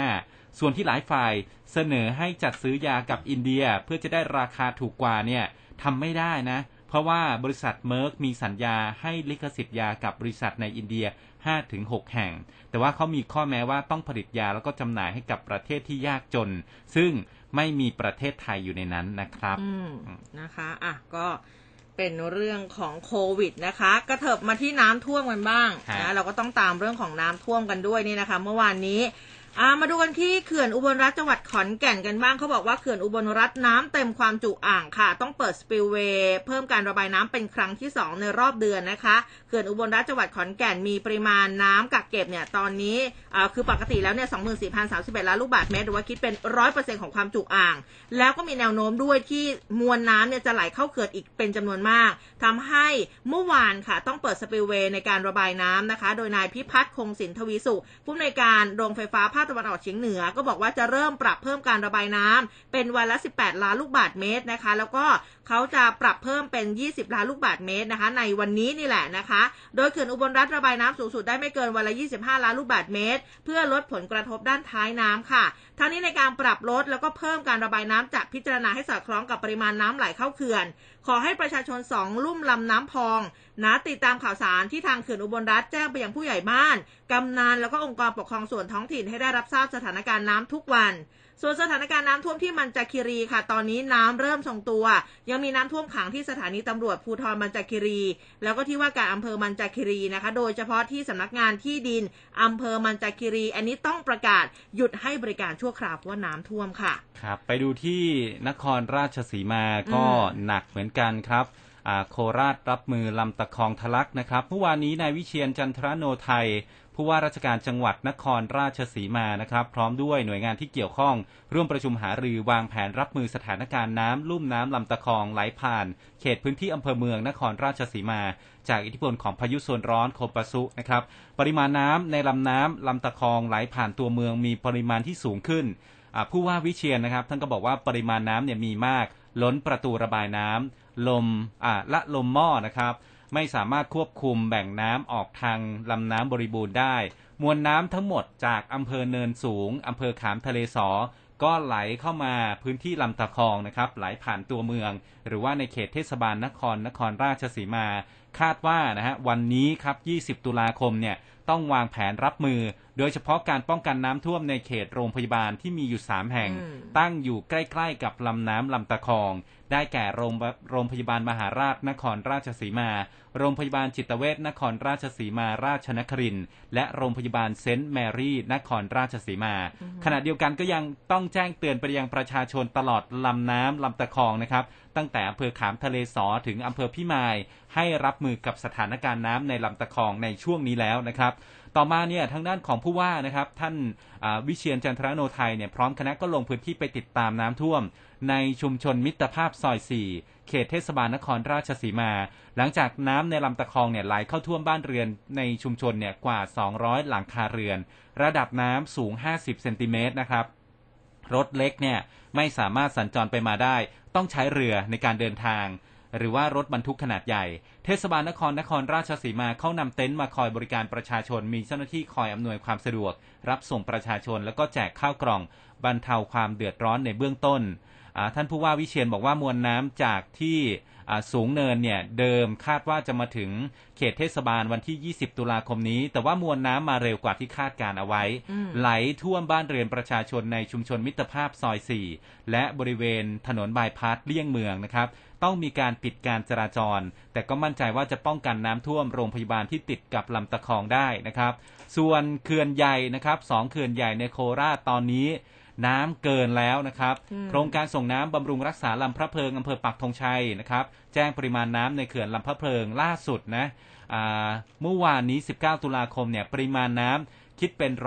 65ส่วนที่หลายฝ่ายเสนอให้จัดซื้อยากับอินเดียเพื่อจะได้ราคาถูกกว่าเนี่ยทำไม่ได้นะเพราะว่าบริษัทเมอร์กมีสัญญาให้ลิขสิทธิ์ยากับบริษัทในอินเดีย 5-6 แห่งแต่ว่าเขามีข้อแม้ว่าต้องผลิตยาแล้วก็จำหน่ายให้กับประเทศที่ยากจนซึ่งไม่มีประเทศไทยอยู่ในนั้นนะครับนะคะก็เป็นเรื่องของโควิดนะคะกระเถิบมาที่น้ำท่วมกันบ้างนะเราก็ต้องตามเรื่องของน้ำท่วมกันด้วยนี่นะคะเมื่อวานนี้มาดูกันที่เขื่อนอุบลรัฐจังหวัดขอนแก่นกันบ้างเขาบอกว่าเขื่อนอุบลรัฐน้ำเต็มความจุอ่างค่ะต้องเปิดสปิลเวย์เพิ่มการระบายน้ำเป็นครั้งที่2ในรอบเดือนนะคะเขื่อนอุบลรัฐจังหวัดขอนแก่นมีปริมาณน้ำกักเก็บเนี่ยตอนนี้คือปกติแล้วเนี่ย 24,031 ล้านลูกบาศก์เมตรหรือว่าคิดเป็น 100% ของความจุอ่างแล้วก็มีแนวโน้มด้วยที่มวลน้ำเนี่ยจะไหลเข้าเขื่อนอีกเป็นจำนวนมากทำให้เมื่อวานค่ะต้องเปิดสปิลเวย์ในการระบายน้ำนะคะโดยนายพิพัฒน์คงศิลป์ทวีสุขผู้อำนวยการโรงไฟฟ้าภาคตะวันออกเฉียงเหนือก็บอกว่าจะเริ่มปรับเพิ่มการระบายน้ำเป็นวันละ18 ล้านลูกบาศก์เมตรนะคะแล้วก็เขาจะปรับเพิ่มเป็น20 ล้านลูกบาศก์เมตรนะคะในวันนี้นี่แหละนะคะโดยเขื่อนอุบลรัฐระบายน้ำสูงสุดได้ไม่เกินวันละ25 ล้านลูกบาศก์เมตรเพื่อลดผลกระทบด้านท้ายน้ำค่ะทั้งนี้ในการปรับลดแล้วก็เพิ่มการระบายน้ำจะพิจารณาให้สอดคล้องกับปริมาณน้ำไหลเข้าเขื่อนขอให้ประชาชน2ลุ่มลำน้ำพองนะติดตามข่าวสารที่ทางเขื่อนอุบลรัฐแจ้งไปยังผู้ใหญ่บ้านกำนันแล้วก็องค์กรปกครองส่วนท้องถิ่นให้ได้รับทราบสถานการณ์น้ำทุกวันส่วนสถานการณ์น้ำท่วมที่มันจาคีรีค่ะตอนนี้น้ำเริ่มทรงตัวยังมีน้ำท่วมขังที่สถานีตำรวจภูธรมันจาคีรีแล้วก็ที่ว่าการอำเภอมันจาคีรีนะคะโดยเฉพาะที่สำนักงานที่ดินอำเภอมันจาคีรีอันนี้ต้องประกาศหยุดให้บริการชั่วคราวเพราะว่าน้ำท่วมค่ะครับไปดูที่นครราชสีมาก็หนักเหมือนกันครับโคราชรับมือลำตะคองทะลักนะครับเมื่อวานนี้นายวิเชียรจันทรโนไทยผู้ว่าราชการจังหวัดนครราชสีมานะครับพร้อมด้วยหน่วยงานที่เกี่ยวข้องร่วมประชุมหารือวางแผนรับมือสถานการณ์น้ำลุ่มน้ำลำตะคองไหลผ่านเขตพื้นที่อำเภอเมืองนครราชสีมาจากอิทธิพลของพายุโซนร้อนโคปัสุนะครับปริมาณน้ำในลำน้ำลำตะคองไหลผ่านตัวเมืองมีปริมาณที่สูงขึ้นผู้ว่าวิเชียรนะครับท่านก็บอกว่าปริมาณน้ำเนี่ยมีมากล้นประตูระบายน้ำลมหม้อนะครับไม่สามารถควบคุมแบ่งน้ำออกทางลำน้ำบริบูรณ์ได้มวลน้ำทั้งหมดจากอำเภอเนินสูงอำเภอขามทะเลสอก็ไหลเข้ามาพื้นที่ลำตะคองนะครับไหลผ่านตัวเมืองหรือว่าในเขตเทศบาลนครราชสีมาคาดว่านะฮะวันนี้ครับ20 ตุลาคมเนี่ยต้องวางแผนรับมือโดยเฉพาะการป้องกันน้ำท่วมในเขตโรงพยาบาลที่มีอยู่3แห่งตั้งอยู่ใกล้ๆกับลำน้ำลำตะคองได้แก่โรงพยาบาลมหาราชนครราชสีมาโรงพยาบาลจิตเวชนครราชสีมาราชนครินทร์และโรงพยาบาลเซนต์แมรี่นครราชสีมาขณะเดียวกันก็ยังต้องแจ้งเตือนไปยังประชาชนตลอดลำน้ำลำตะคองนะครับตั้งแต่อำเภอขามทะเลสอถึงอำเภอพิมายให้รับมือกับสถานการณ์น้ำในลำตะคองในช่วงนี้แล้วนะครับต่อมาเนี่ยทางด้านของผู้ว่านะครับท่านวิเชียรจันทรโนไทยเนี่ยพร้อมคณะก็ลงพื้นที่ไปติดตามน้ำท่วมในชุมชนมิตรภาพซอย4เขตเทศบาลนครราชสีมาหลังจากน้ำในลำตะคองเนี่ยไหลเข้าท่วมบ้านเรือนในชุมชนเนี่ยกว่า200หลังคาเรือนระดับน้ำสูง50 เซนติเมตรนะครับรถเล็กเนี่ยไม่สามารถสัญจรไปมาได้ต้องใช้เรือในการเดินทางหรือว่ารถบรรทุกขนาดใหญ่เทศบาลนครราชสีมาเข้านำเต็นท์มาคอยบริการประชาชนมีเจ้าหน้าที่คอยอำนวยความสะดวกรับส่งประชาชนแล้วก็แจกข้าวกล่องบรรเทาความเดือดร้อนในเบื้องต้นท่านผู้ว่าวิเชียรบอกว่ามวลน้ำจากที่สูงเนินเนี่ยเดิมคาดว่าจะมาถึงเขตเทศบาลวันที่20ตุลาคมนี้แต่ว่ามวลน้ำมาเร็วกว่าที่คาดการเอาไว้ไหลท่วมบ้านเรือนประชาชนในชุมชนมิตรภาพซอย4และบริเวณถนนบายพาสเลี่ยงเมืองนะครับต้องมีการปิดการจราจรแต่ก็มั่นใจว่าจะป้องกันน้ำท่วมโรงพยาบาลที่ติดกับลำตะคองได้นะครับส่วนเขื่อนใหญ่นะครับ2เขื่อนใหญ่ในโคราชตอนนี้น้ำเกินแล้วนะครับโครงการส่งน้ำบำรุงรักษาลำพระเพลิงอำเภอปักธงชัยนะครับแจ้งปริมาณน้ำในเขื่อนลำพระเพลิงล่าสุดนะเมื่อวานนี้19ตุลาคมเนี่ยปริมาณน้ำคิดเป็น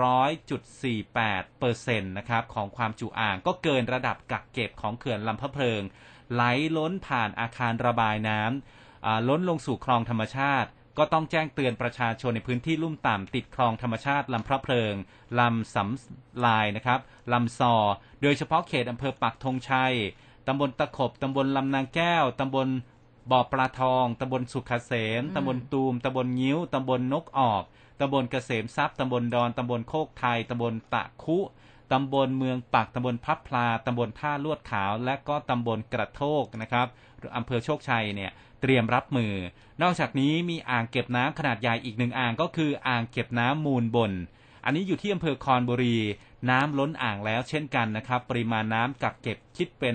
100.48% นะครับของความจุอ่างก็เกินระดับกักเก็บของเขื่อนลำพระเพลิงไหลล้นผ่านอาคารระบายน้ำล้นลงสู่คลองธรรมชาติก็ต้องแจ้งเตือนประชาชนในพื้นที่ลุ่มต่ำติดคลองธรรมชาติลำพระเพลิงลำสำลายนะครับลำซอโดยเฉพาะเขตอำเภอปักธงชัยตำบลตะขบตำบลลำนางแก้วตำบลบ่อปลาทองตำบลสุขเกษมตำบลตูมตำบลงิ้วตำบลนกออกตำบลเกษมทรัพย์ตำบลดอนตำบลโคกไทยตำบลตะคุตำบลเมืองปักตำบลพับพลาตำบลท่าลวดขาวและก็ตำบลกระโทกนะครับอำเภอโชคชัยเนี่ยเตรียมรับมือนอกจากนี้มีอ่างเก็บน้ำขนาดใหญ่อีก1อ่างก็คืออ่างเก็บน้ำมูลบนอันนี้อยู่ที่อำเภอคอนบุรีน้ำล้นอ่างแล้วเช่นกันนะครับปริมาณน้ำกักเก็บคิดเป็น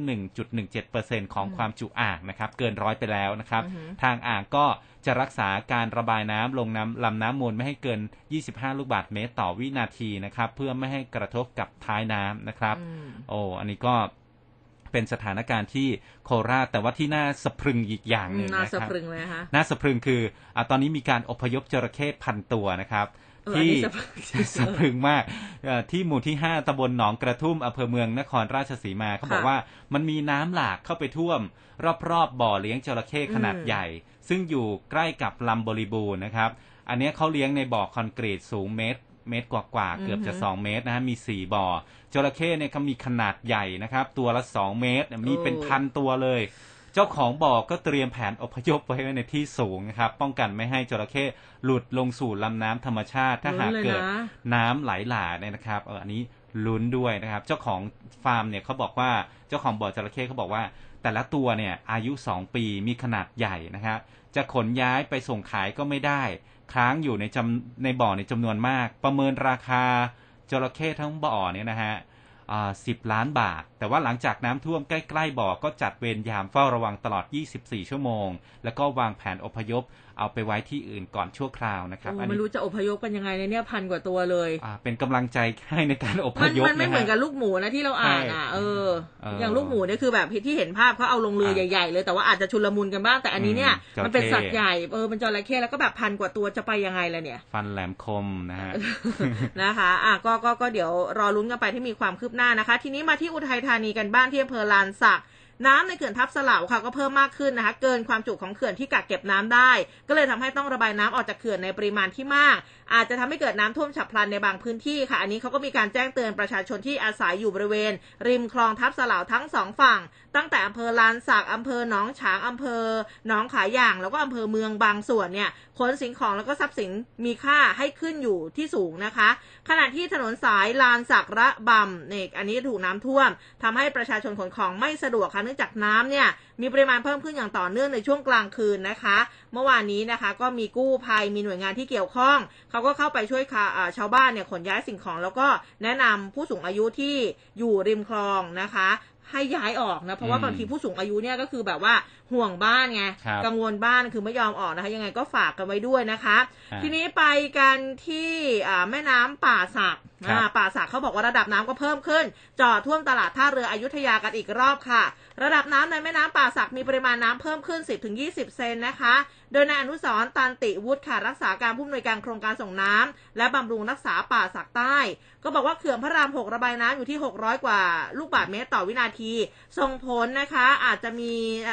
101.17% ของความจุอ่างนะครับเกิน100ไปแล้วนะครับทางอ่างก็จะรักษาการระบายน้ำลงลำน้ำมูลไม่ให้เกิน25ลูกบาศก์เมตรต่อวินาทีนะครับเพื่อไม่ให้กระทบกับท้ายน้ำนะครับอันนี้ก็เป็นสถานการณ์ที่โคราชแต่ว่าที่น่าสะพรึงอีกอย่างหนึ่งนะครับน่าสะพรึงเลยค่ะน่าสะพรึงคือตอนนี้มีการอพยพจระเข้1,000 ตัวนะครับที่สะพรึงมากที่หมู่ที่5ตำบลหนองกระทุ่มอำเภอเมืองนครราชสีมาเขาบอกว่ามันมีน้ำหลากเข้าไปท่วมรอบบ่อเลี้ยงจระเข้ขนาดใหญ่ซึ่งอยู่ใกล้กับลำบริบูรณ์นะครับอันนี้เขาเลี้ยงในบ่อคอนกรีตสูงเมตรกว่าเกือบจะ2เมตรนะฮะมี4บ่อจระเข้เนี่ยเขามีขนาดใหญ่นะครับตัวละ2เมตรมีเป็น1,000 ตัวเลยเจ้าของบ่อก็เตรียมแผนอพยพไว้ในที่สูงนะครับป้องกันไม่ให้จระเข้หลุดลงสู่ลำน้ำธรรมชาติถ้าหากเกิดน้ำไหลหลากเนี่ยนะครับอันนี้ลุ้นด้วยนะครับเจ้าของฟาร์มเนี่ยเขาบอกว่าเจ้าของบ่อจระเข้เขาบอกว่าแต่ละตัวเนี่ยอายุ2ปีมีขนาดใหญ่นะครับจะขนย้ายไปส่งขายก็ไม่ได้ค้างอยู่ในบ่อในจำนวนมากประเมินราคาจระเข้ทั้งบ่อเนี่ยนะฮะ10 ล้านบาทแต่ว่าหลังจากน้ำท่วมใกล้ๆบ่อก็จัดเวรยามเฝ้าระวังตลอด24ชั่วโมงแล้วก็วางแผนอพยพเอาไปไว้ที่อื่นก่อนชั่วคราวนะครับไม่รู้จะอพยพกันยังไงเนี่ย1,000 กว่าตัวเลยเป็นกำลังใจให้ในการอพยพมันไม่เหมือนกับลูกหมูนะที่เราอ่านอย่างลูกหมูเนี่ยคือแบบที่เห็นภาพเขาเอาลงเรือใหญ่ๆเลยแต่ว่าอาจจะชุลมุนกันบ้างแต่อันนี้เนี่ยมันเป็นสัตว์ใหญ่มันจระเข้แล้วก็แบบ1,000 กว่าตัวจะไปยังไงล่ะเนี่ยฟันแหลมคมนะฮะนะคะก็เดี๋ยวรอลุ้นกันไปที่มีความคืบหน้านะคะทีนี้มาที่อุทัยธานีกันบ้างที่อำเภอลานสักน้ำในเขื่อนทับสลาวค่ะก็เพิ่มมากขึ้นนะคะเกินความจุของเขื่อนที่กักเก็บน้ำได้ก็เลยทำให้ต้องระบายน้ำออกจากเขื่อนในปริมาณที่มากอาจจะทำให้เกิดน้ำท่วมฉับพลันในบางพื้นที่ค่ะอันนี้เขาก็มีการแจ้งเตือนประชาชนที่อาศัยอยู่บริเวณริมคลองทับสลาวทั้ง2ฝั่งตั้งแต่อำเภอลานสักอำเภอหนองฉางอำเภอหนองขาย่างแล้วก็อำเภอเมืองบางส่วนเนี่ยขนสิ่งของแล้วก็ทรัพย์สินมีค่าให้ขึ้นอยู่ที่สูงนะคะขณะที่ถนนสายลานสักระบำเนี่ยอันนี้ถูกน้ำท่วมทำให้ประชาชนขนของไม่สะดวกค่ะเนื่องจากน้ำเนี่ยมีปริมาณเพิ่มขึ้นอย่างต่อเนื่องในช่วงกลางคืนนะคะเมื่อวานนี้นะคะก็มีกู้ภัยมีหน่วยงานที่เกี่ยวข้องเขาก็เข้าไปช่วยชาวบ้านเนี่ยขนย้ายสิ่งของแล้วก็แนะนำผู้สูงอายุที่อยู่ริมคลองนะคะให้ย้ายออกนะเพราะว่าบางทีผู้สูงอายุเนี่ยก็คือแบบว่าห่วงบ้านไงกังวลบ้านคือไม่ยอมออกนะคะยังไงก็ฝากกันไว้ด้วยนะคะทีนี้ไปกันที่แม่น้ำป่าสักป่าสักเขาบอกว่าระดับน้ำก็เพิ่มขึ้นจอดท่วมตลาดท่าเรืออยุธยากันอีกรอบค่ะระดับน้ำในแม่น้ำป่าสักมีปริมาณน้ำเพิ่มขึ้น 10-20 เซนนะคะโดยนายอนุสรณ์ตันติวุฒิค่ะรักษาการผู้อำนวยการโครงการส่งน้ำและบำรุงรักษาป่าสักใต้ก็บอกว่าเขื่อนพระราม6ระบายน้ำอยู่ที่600 กว่าลูกบาศก์เมตรต่อวินาทีส่งผลนะคะอาจจะมีทำให้อาจ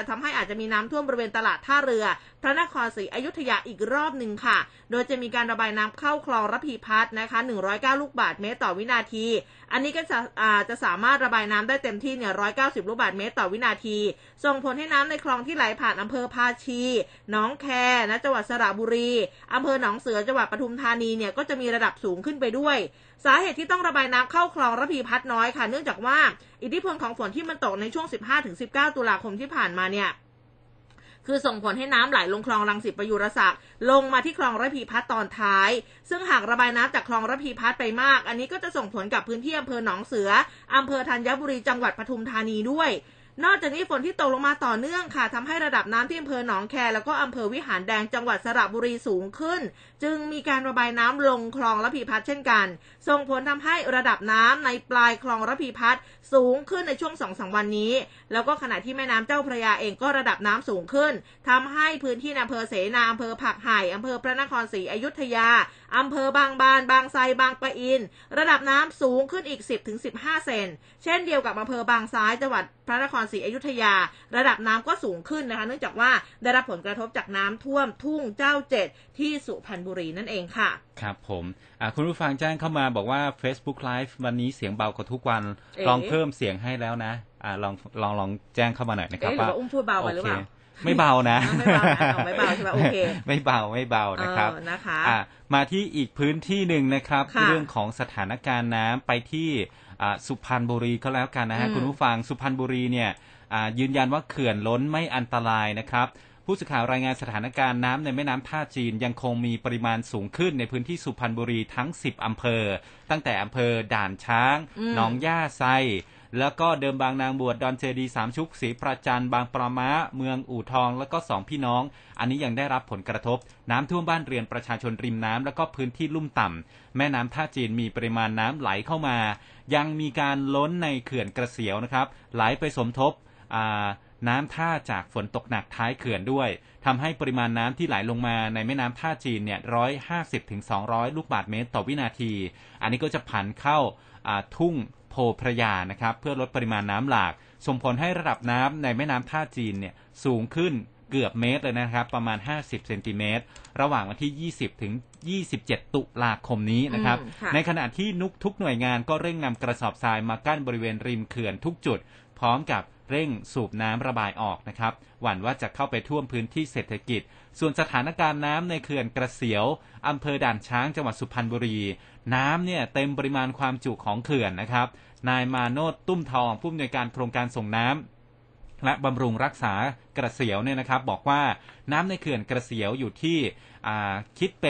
อาจจะมีน้ำท่วมบริเวณตลาดท่าเรือพระนครศรีอยุธยาอีกรอบหนึ่งค่ะโดยจะมีการระบายน้ำเข้าคลองระพีพัฒน์นะคะ109ลูกบาศก์เมตรต่อวินาทีอันนี้ก็จะสามารถระบายน้ำได้เต็มที่เนี่ย190ลูกบาศก์เมตรต่อวินาทีส่งผลให้น้ำในคลองที่ไหลผ่านอำเภอภาชีหนองแคนะจังหวัดสระบุรีอำเภอหนองเสือจังหวัดปทุมธานีเนี่ยก็จะมีระดับสูงขึ้นไปด้วยสาเหตุที่ต้องระบายน้ำเข้าคลองระพีพัฒน์น้อยค่ะเนื่องจากว่าอิทธิพลของฝนที่มันตกในช่วง 15-19 ตุลาคมที่ผ่านมาเนี่ยคือส่งผลให้น้ำไหลลงคลองรังสิตประยุรศักดิ์ลงมาที่คลองระพีพัฒน์ตอนท้ายซึ่งหากระบายน้ำจากคลองระพีพัฒน์ไปมากอันนี้ก็จะส่งผลกับพื้นที่อำเภอหนองเสืออำเภอธัญบุรีจังหวัดปทุมธานีด้วยนอกจากนี้ฝนที่ตกลงมาต่อเนื่องค่ะทำให้ระดับน้ำที่อำเภอหนองแคแล้วก็อำเภอวิหารแดงจังหวัดสระบุรีสูงขึ้นจึงมีการระบายน้ำลงคลองระพีพัฒน์เช่นกันส่งผลทำให้ระดับน้ำในปลายคลองระพีพัฒน์สูงขึ้นในช่วง 2-3 วันนี้แล้วก็ขณะที่แม่น้ำเจ้าพระยาเองก็ระดับน้ำสูงขึ้นทำให้พื้นที่อำเภอเสนาอำเภอผักไห่อำเภอพระนครศรีอยุธยาอำเภอบางบานบางไทรบางปะอินระดับน้ำสูงขึ้นอีก 10-15 เซนเช่นเดียวกับอำเภอบางซ้ายจังหวัดพระนครศรีอยุธยาระดับน้ำก็สูงขึ้นนะคะเนื่องจากว่าได้รับผลกระทบจากน้ำท่วมทุ่งเจ้าเจ็ดที่สุพรรณบุรีนั่นเองค่ะครับผมคุณผู้ฟังแจ้งเข้ามาบอกว่า Facebook Live วันนี้เสียงเบากว่าทุกวันลองเพิ่มเสียงให้แล้วนะลองแจ้งเข้ามาหน่อยนะครับว่าอุ้มพูดเบาไปหรือเปล่าไม่เบานะไม่เบาใช่ไหมโอเคไม่เบานะครับนะคะมาที่อีกพื้นที่หนึ่งนะครับเรื่องของสถานการณ์น้ำไปที่สุพรรณบุรีก็แล้วกันนะฮะคุณผู้ฟังสุพรรณบุรีเนี่ยยืนยันว่าเขื่อนล้นไม่อันตรายนะครับผู้สื่อข่าวรายงานสถานการณ์น้ำในแม่น้ำท่าจีนยังคงมีปริมาณสูงขึ้นในพื้นที่สุพรรณบุรีทั้ง10อำเภอตั้งแต่อำเภอด่านช้างหนองย่าไซแล้วก็เดิมบางนางบวชดอนเจดีสามชุกศรีประจันบางปลาม้าเมืองอู่ทองแล้วก็2พี่น้องอันนี้ยังได้รับผลกระทบน้ำท่วมบ้านเรือนประชาชนริมน้ำแล้วก็พื้นที่ลุ่มต่ำแม่น้ำท่าจีนมีปริมาณน้ำไหลเข้ามายังมีการล้นในเขื่อนกระเสียวนะครับไหลไปสมทบน้ำท่าจากฝนตกหนักท้ายเขื่อนด้วยทำให้ปริมาณน้ำที่ไหลลงมาในแม่น้ำท่าจีนเนี่ย150-200ลูกบาศก์เมตรต่อวินาทีอันนี้ก็จะผันเข้าทุ่งโพพระยานะครับเพื่อลดปริมาณน้ำหลากส่งผลให้ระดับน้ำในแม่น้ำท่าจีนเนี่ยสูงขึ้นเกือบเมตรเลยนะครับประมาณ50เซนติเมตรระหว่างวันที่20ถึง27ตุลาคมนี้นะครับในขณะที่ทุกหน่วยงานก็เร่งนำกระสอบทรายมากั้นบริเวณริมเขื่อนทุกจุดพร้อมกับเร่งสูบน้ำระบายออกนะครับหวั่นว่าจะเข้าไปท่วมพื้นที่เศรษฐกิจส่วนสถานการณ์น้ำในเขื่อนกระเสียวอำเภอด่านช้างจังหวัดสุพรรณบุรีน้ำเนี่ยเต็มปริมาณความจุของเขื่อนนะครับนายมาโนชตุ้มทองผู้อำนวยการโครงการส่งน้ำและบำรุงรักษากระเสียวเนี่ยนะครับบอกว่าน้ำในเขื่อนกระเสียวอยู่ที่คิดเป็น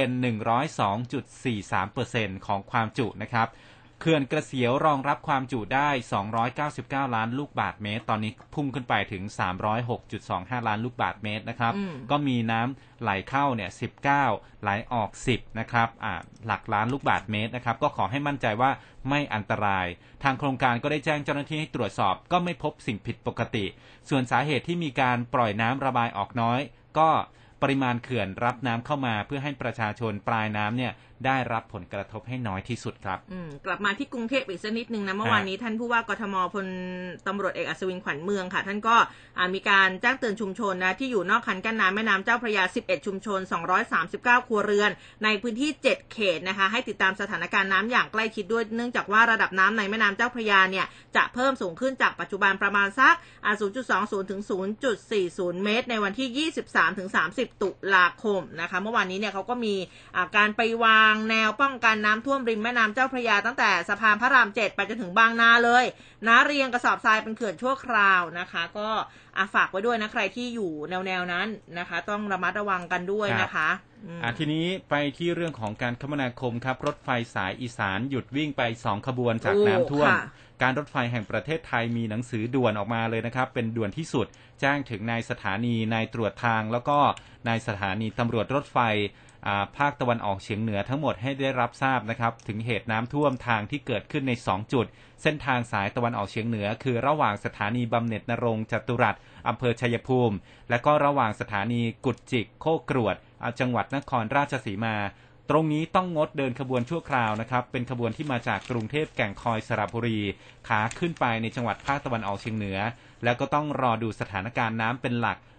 102.43% ของความจุนะครับเขื่อนกระเสียวรองรับความจุได้299ล้านลูกบาศก์เมตรตอนนี้พุ่งขึ้นไปถึง306.25ล้านลูกบาศก์เมตรนะครับก็มีน้ำไหลเข้าเนี่ย19ไหลออก10นะครับหลักล้านลูกบาศก์เมตรนะครับก็ขอให้มั่นใจว่าไม่อันตรายทางโครงการก็ได้แจ้งเจ้าหน้าที่ให้ตรวจสอบก็ไม่พบสิ่งผิดปกติส่วนสาเหตุที่มีการปล่อยน้ำระบายออกน้อยก็ปริมาณเขื่อนรับน้ำเข้ามาเพื่อให้ประชาชนปลายน้ำเนี่ยได้รับผลกระทบให้น้อยที่สุดครับกลับมาที่กรุงเทพอีกสักนิดนึงนะเมื่อวานนี้ท่านผู้ว่ากทมพลตำรวจเอกอัศวินขวัญเมืองค่ะท่านก็มีการแจ้งเตือนชุมชนนะที่อยู่นอกคันกั้นน้ำแม่น้ำเจ้าพระยา11ชุมชน239ครัวเรือนในพื้นที่7เขตนะคะให้ติดตามสถานการณ์น้ำอย่างใกล้ชิดด้วยเนื่องจากว่าระดับน้ำในแม่น้ำเจ้าพระยาเนี่ยจะเพิ่มสูงขึ้นจากปัจจุบันประมาณสัก0.20 ถึง 0.40 เมตรในวันที่ 23 ถึง 30 ตุลาคมนะคะเมื่อวานนี้เนี่ยเขาก็มีการไปวางแนวป้องกันน้ำท่วมริมแม่น้ำเจ้าพระยาตั้งแต่สะพานพระราม7ไปจนถึงบางนาเลยนะเรียงกระสอบทรายเป็นเขื่อนชั่วคราวนะคะก็ฝากไว้ด้วยนะใครที่อยู่แนวนั้นนะคะต้องระมัดระวังกันด้วยนะคะทีนี้ไปที่เรื่องของการคมนาคมครับรถไฟสายอีสานหยุดวิ่งไป2ขบวนจากน้ำท่วมการรถไฟแห่งประเทศไทยมีหนังสือด่วนออกมาเลยนะครับเป็นด่วนที่สุดแจ้งถึงนายสถานีนายตรวจทางแล้วก็นายสถานีตำรวจรถไฟภาคตะวันออกเฉียงเหนือทั้งหมดให้ได้รับทราบนะครับถึงเหตุน้ำท่วมทางที่เกิดขึ้นใน2จุดเส้นทางสายตะวันออกเฉียงเหนือคือระหว่างสถานีบำเหน็จนรงค์จตุรัสอำเภอชัยภูมิและก็ระหว่างสถานีกุดจิกโคกรวดจังหวัดนครราชสีมาตรงนี้ต้องงดเดินขบวนชั่วคราวนะครับเป็นขบวนที่มาจากกรุงเทพแก่งคอยสระบุรีขาขึ้นไปในจังหวัดภาคตะวันออกเฉียงเหนือแล้วก็ต้องรอดูสถานการณ์น้ำเป็นหลัก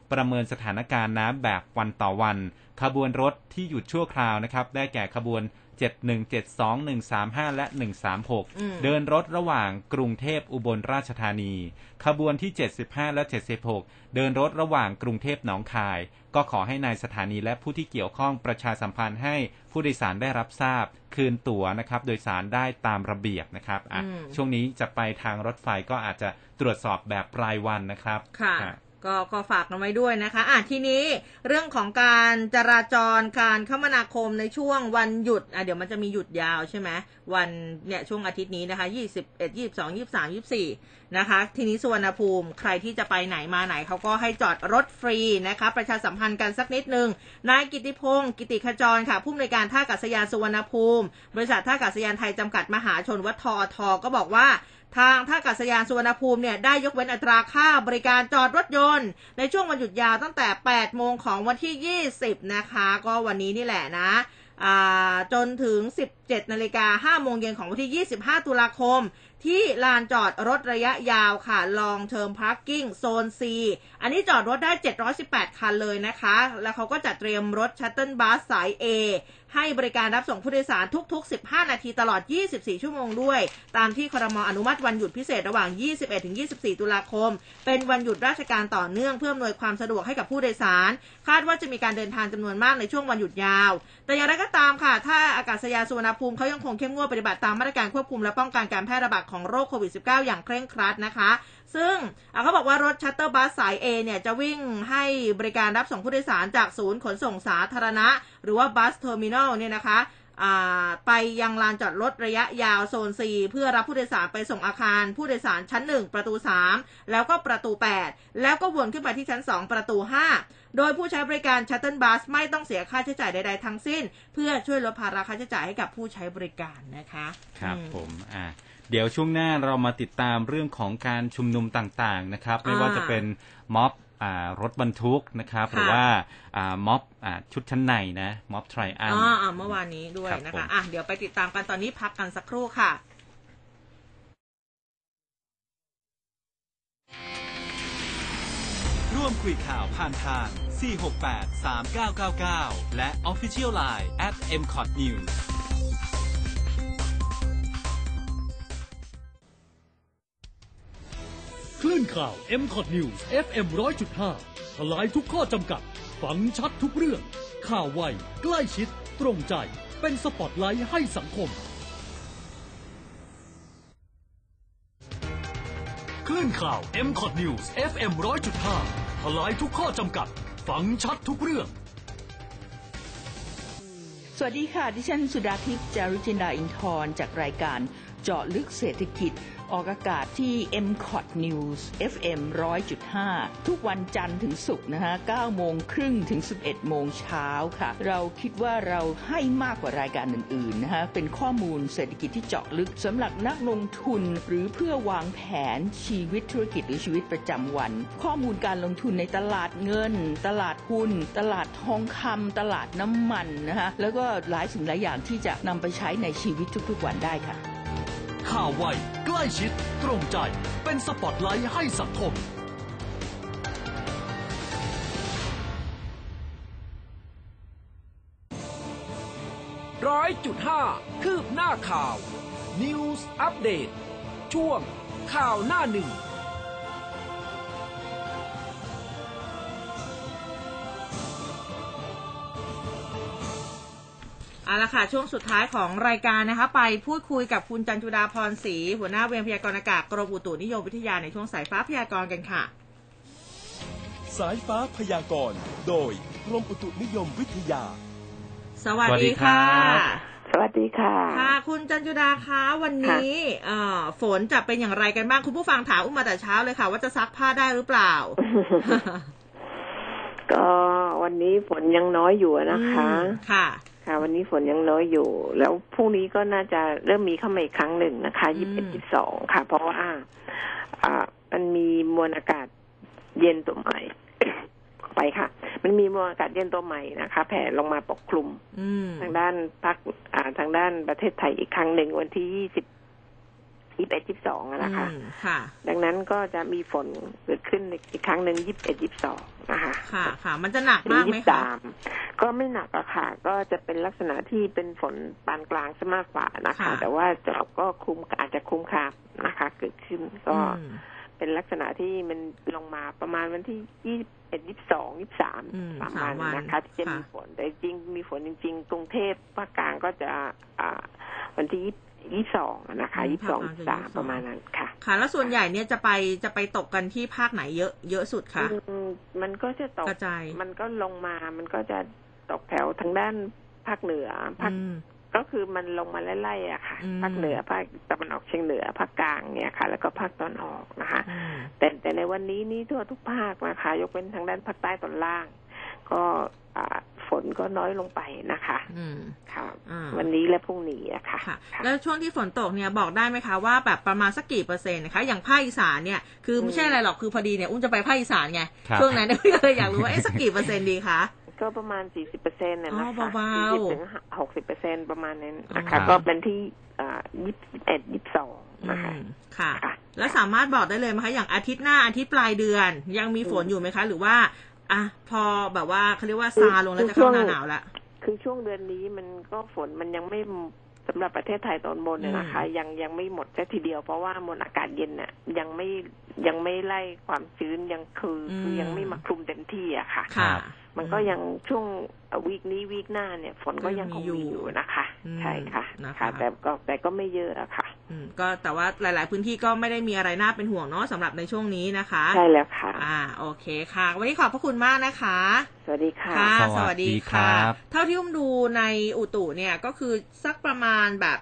ประเมินสถานการณ์น้ำแบบวันต่อวันขบวนรถที่หยุดชั่วคราวนะครับได้แก่ขบวน7172 135และ136เดินรถระหว่างกรุงเทพอุบลราชธานีขบวนที่75และ76เดินรถระหว่างกรุงเทพหนองคายก็ขอให้นายสถานีและผู้ที่เกี่ยวข้องประชาสัมพันธ์ให้ผู้โดยสารได้รับทราบคืนตั๋วนะครับโดยสารได้ตามระเบียบนะครับช่วงนี้จะไปทางรถไฟก็อาจจะตรวจสอบแบบรายวันนะครับค่ะก็ฝากกันไว้ด้วยนะคะทีนี้เรื่องของการจราจรการคมนาคมในช่วงวันหยุดเดี๋ยวมันจะมีหยุดยาวใช่ไหมวันเนี่ยช่วงอาทิตย์นี้นะคะ21 22 23 24นะคะทีนี้สุวรรณภูมิใครที่จะไปไหนมาไหนเขาก็ให้จอดรถฟรีนะคะประชาสัมพันธ์กันสักนิดนึงนายกิติพงศ์กิติขจรค่ะผู้อำนวยการท่าอากาศยานสุวรรณภูมิบริษัทท่าอากาศยานไทยจำกัดมหาชนวัฒทก็บอกว่าทางท่าอากาศยานสุวรรณภูมิเนี่ยได้ยกเว้นอัตราค่าบริการจอดรถยนต์ในช่วงวันหยุดยาวตั้งแต่8 โมงของวันที่20นะคะก็วันนี้นี่แหละนะจนถึง 17:05 โมงเย็นของวันที่25 ตุลาคมที่ลานจอดรถระยะยาวค่ะ Long Term Parking โซน C อันนี้จอดรถได้718คันเลยนะคะแล้วเขาก็จัดเตรียมรถชัตเทิลบัสสาย A ให้บริการรับส่งผู้โดยสารทุกๆ15นาทีตลอด24ชั่วโมงด้วยตามที่ครม.อนุมัติวันหยุดพิเศษระหว่าง 21-24 ตุลาคมเป็นวันหยุดราชการต่อเนื่องเพื่ออำนวยความสะดวกให้กับผู้โดยสารคาดว่าจะมีการเดินทางจำนวนมากในช่วงวันหยุดยาวแต่อย่างไรก็ตามค่ะถ้าอากาศยานสุวรรณภูมิเขายังคงเข้มงวดปฏิบัติตามมาตรการควบคุมและป้องกันการแพร่ระบาดของโรคโควิด -19 อย่างเคร่งครัดนะคะซึ่งเขาบอกว่ารถชัตเตอร์บัสสาย A เนี่ยจะวิ่งให้บริการรับส่งผู้โดยสารจากศูนย์ขนส่งสาธารณะหรือว่าบัสเทอร์มินอลเนี่ยนะคะไปยังลานจอดรถระยะยาวโซน C เพื่อรับผู้โดยสารไปส่งอาคารผู้โดยสารชั้น1ประตู3แล้วก็ประตู8แล้วก็วนขึ้นไปที่ชั้น2ประตู5โดยผู้ใช้บริการชัตเทิลบัสไม่ต้องเสียค่าใช้จ่ายใดๆทั้งสิ้นเพื่อช่วยลดภาระค่าใช้จ่ายให้กับผู้ใช้บริการนะคะครับผมเดี๋ยวช่วงหน้าเรามาติดตามเรื่องของการชุมนุมต่างๆนะครับไม่ว่าจะเป็นม็อบรถบรรทุกนะครับหรือว่าม็อบชุดชั้นในนะม็อบไทรอันเมื่อวานนี้ด้วยนะคะเดี๋ยวไปติดตามกันตอนนี้พักกันสักครู่ค่ะร่วมคุยข่าวผ่านทาง 468-3999 และ Official Line @mcotnews คลื่นข่าว MCOT News FM 100.5 ทลายทุกข้อจำกัดฟังชัดทุกเรื่องข่าวไวใกล้ชิดตรงใจเป็นสปอตไลท์ให้สังคมคลื่นข่าว MCOT News FM 100.5 ทลายทุกข้อจำกัดฟังชัดทุกเรื่องสวัสดีค่ะดิฉันสุดาทิพย์จารุจินดาอินทร์จากรายการเจาะลึกเศรษฐกิจออกอากาศที่ MCOT News FM 100.5 ทุกวันจันทร์ถึงศุกร์นะคะ 9:30 ถึง 11 โมงเช้าค่ะเราคิดว่าเราให้มากกว่ารายการอื่นๆนะคะเป็นข้อมูลเศรษฐกิจที่เจาะลึกสำหรับนักลงทุนหรือเพื่อวางแผนชีวิตธุรกิจหรือชีวิตประจำวันข้อมูลการลงทุนในตลาดเงินตลาดหุ้นตลาดทองคำตลาดน้ำมันนะคะแล้วก็หลายสิ่งหลายอย่างที่จะนำไปใช้ในชีวิตทุกๆวันได้ค่ะข่าวไวใกล้ชิดตรงใจเป็นสปอตไลท์ให้สังคม 100.5 คืบหน้าข่าว News Update ช่วงข่าวหน้าหนึ่งเอาละค่ะช่วงสุดท้ายของรายการนะคะไปพูดคุยกับคุณจันจุดาพรศรีหัวหน้าเวรพยากรณ์อากาศกรมอุตุนิยมวิทยาในช่วงสายฟ้าพยากรณ์กันค่ะสายฟ้าพยากรณ์โดยกรมอุตุนิยมวิทยาสวัสดีค่ะสวัสดีค่ะค่ะคุณจันจุดาคะวันนี้ฝนจะเป็นอย่างไรกันบ้างคุณผู้ฟังถามอุ้มมาแต่เช้าเลยค่ะว่าจะซักผ้าได้หรือเปล่าก็วันนี้ฝนยังน้อยอยู่นะคะค่ะวันนี้ฝนยังน้อยอยู่แล้วพรุ่งนี้ก็น่าจะเริ่มมีเข้ามาอีกครั้งหนึ่งนะคะ21 22ค่ะเพราะว่ามันมีมวลอากาศเย็นตัวใหม่ ไปค่ะมันมีมวลอากาศเย็นตัวใหม่นะคะแผ่ลงมาปกคลุมทางด้านภาคทางด้านประเทศไทยอีกครั้งหนึ่งวันที่ 21-22นะคะค่ะดังนั้นก็จะมีฝนเกิดขึ้นอีกครั้งหนึ่ง21-22นะคะค่ะมันจะหนักมากไหมคะก็ไม่หนักอะค่ะก็จะเป็นลักษณะที่เป็นฝนปานกลางซะมากกว่านะคะแต่ว่าก็อาจจะคุ้มค่านะคะเกิดขึ้นก็เป็นลักษณะที่มันลงมาประมาณวันที่21-22-23ประมาณนะคะที่จะมีฝนแต่จริงมีฝนจริงๆกรุงเทพภาคกลางก็จะวันที่22นะคะ22-23ประมาณนั้นค่ะแล้วส่วนใหญ่เนี่ยจะไปตกกันที่ภาคไหนเยอะสุดคะมันก็จะตกมันก็ลงมามันก็จะตกแถวทางด้านภาคเหนือภาคก็คือมันลงมาไล่ๆอะค่ะภาคเหนือภาคตะวันออกเฉียงเหนือภาคกลางเนี่ยค่ะแล้วก็ภาคตะวันออกนะคะแต่ในวันนี้นี่ทั่วทุกภาคนะคะยกเว้นทางด้านภาคใต้ตอนล่างก็ฝนก็น้อยลงไปนะคะค่ะวันนี้และพรุ่งนี้อะค่ะแล้วช่วงที่ฝนตกเนี่ยบอกได้ไหมคะว่าแบบประมาณสักกี่เปอร์เซ็นต์นะคะอย่างภาคอีสานเนี่ยคือไม่ใช่อะไรหรอกคือพอดีเนี่ยอุ้มจะไปภาคอีสานไงช่วงนั้นก็เลยอยากรู้ว่าสักกี่เปอร์เซ็นต์ดีคะก็ประมาณ 40% นะคะ40-60% ประมาณนั้นนะคะก็เป็นที่21-22นะคะค่ะแล้วสามารถบอกได้เลยไหมคะอย่างอาทิตย์หน้าอาทิตย์ปลายเดือนยังมีฝนอยู่ไหมคะหรือว่าพอแบบว่าเขาเรียกว่าซาลงแล้วจะเข้าหน้าหนาวแล้วคือช่วงเดือนนี้มันก็ฝนมันยังไม่สำหรับประเทศไทยตอนบนเนี่ยนะคะยังไม่หมดแค่ทีเดียวเพราะว่ามวลอากาศเย็นน่ะยังไม่ไล่ความชื้นยังคือยังไม่มาคลุมเต็มที่อะค่ะมันก็ยังช่วงวีคนี้วีคหน้าเนี่ยฝนก็ยังคงมีอยู่นะคะใช่ค่ะนะคะแต่ก็ไม่เยอะอะค่ะก็แต่ว่าหลายๆพื้นที่ก็ไม่ได้มีอะไรน่าเป็นห่วงเนาะสำหรับในช่วงนี้นะคะใช่แล้วค่ะโอเคค่ะวันนี้ขอบพระคุณมากนะคะสวัสดีค่ะสวัสดีค่ะเท่าที่อุ้มดูในอุตุเนี่ยก็คือสักประมาณแบบ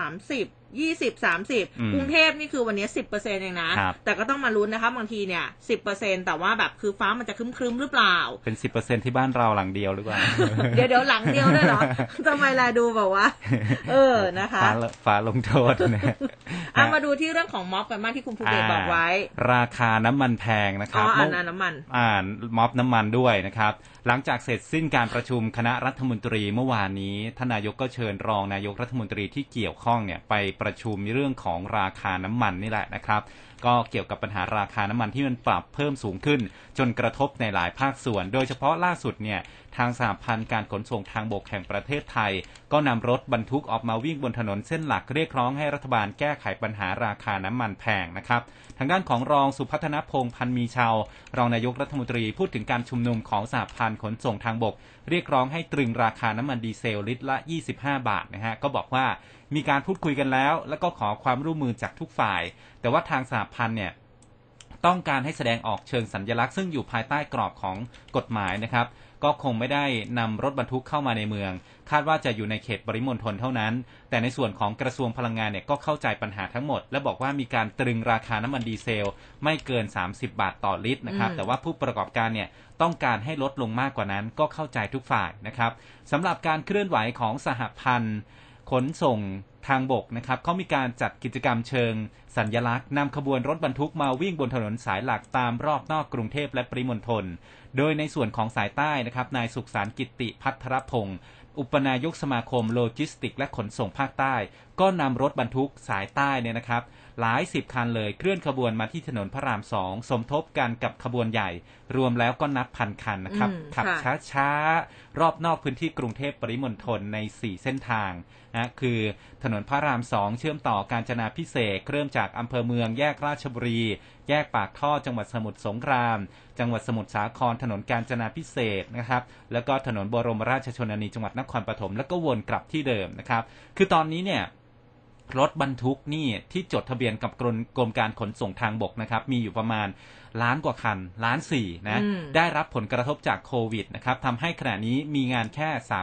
30-20-30กรุงเทพนี่คือวันนี้ 10% เองนะแต่ก็ต้องมาลุ้นนะคะบางทีเนี่ย 10% แต่ว่าแบบคือฟ้ามันจะครึ้มๆหรือเปล่าเป็น 10% ที่บ้านเราหลังเดียวหรือเปล่าเดี๋ยวหลังเดียวด้วยเหรอทำไมล่ะดูแบบว่านะคะฟ้าลงโทษนะมาดูที่เรื่องของม็อบกันมากที่คุณภูเบศบอกไว้ราคาน้ำมันแพงนะครับน้ำมันม็อบน้ำมันด้วยนะครับหลังจากเสร็จสิ้นการประชุมคณะรัฐมนตรีเมื่อวานนี้ท่านนายกก็เชิญรองนายกรัฐมนตรีที่เกี่ยวข้องเนี่ยไปประชุมเรื่องของราคาน้ำมันนี่แหละนะครับก็เกี่ยวกับปัญหาราคาน้ำมันที่มันปรับเพิ่มสูงขึ้นจนกระทบในหลายภาคส่วนโดยเฉพาะล่าสุดเนี่ยทางสหพันธ์การขนส่งทางบกแห่งประเทศไทยก็นำรถบรรทุกออกมาวิ่งบนถนนเส้นหลักเรียกร้องให้รัฐบาลแก้ไขปัญหาราคาน้ำมันแพงนะครับทางด้านของรองสุพัฒนพงษ์พันมีชาวรองนายกรัฐมนตรีพูดถึงการชุมนุมของสหพันธ์ขนส่งทางบกเรียกร้องให้ตรึงราคาน้ำมันดีเซลลิตรละ25 บาทนะฮะก็บอกว่ามีการพูดคุยกันแล้วก็ขอความร่วมมือจากทุกฝ่ายแต่ว่าทางสหพันธ์เนี่ยต้องการให้แสดงออกเชิงสัญลักษณ์ซึ่งอยู่ภายใต้กรอบของกฎหมายนะครับก็คงไม่ได้นำรถบรรทุกเข้ามาในเมืองคาดว่าจะอยู่ในเขตปริมณฑลเท่านั้นแต่ในส่วนของกระทรวงพลังงานเนี่ยก็เข้าใจปัญหาทั้งหมดและบอกว่ามีการตรึงราคาน้ำมันดีเซลไม่เกิน30 บาทต่อลิตรนะครับแต่ว่าผู้ประกอบการเนี่ยต้องการให้ลดลงมากกว่านั้นก็เข้าใจทุกฝ่ายนะครับสำหรับการเคลื่อนไหวของสหพันธ์ขนส่งทางบกนะครับเขามีการจัดกิจกรรมเชิงสัญลักษณ์นำขบวนรถบรรทุกมาวิ่งบนถนนสายหลักตามรอบนอกกรุงเทพและปริมณฑลโดยในส่วนของสายใต้นะครับนายสุขสารกิติพัทรพงศ์อุปนายกสมาคมโลจิสติกและขนส่งภาคใต้ก็นำรถบรรทุกสายใต้เนี่ยนะครับหลาย10คันเลยเคลื่อนขบวนมาที่ถนนพระราม2สมทบกันกับขบวนใหญ่รวมแล้วก็นับพันคันนะครับขับช้าๆรอบนอกพื้นที่กรุงเทพปริมณฑลใน4เส้นทางนะคือถนนพระราม2เชื่อมต่อกาญจนาภิเษกเริ่มจากอำเภอเมืองแยกราชบุรีแยกปากท่อจังหวัดสมุทรสงครามจังหวัดสมุทรสาครถนนกาญจนาภิเษกนะครับแล้วก็ถนนบรมราชชนนีจังหวัดนครปฐมแล้วก็วนกลับที่เดิมนะครับคือตอนนี้เนี่ยรถบรรทุกนี่ที่จดทะเบียนกับกรมการขนส่งทางบกนะครับมีอยู่ประมาณล้านกว่าคันล้าน4นะได้รับผลกระทบจากโควิดนะครับทำให้ขณะนี้มีงานแค่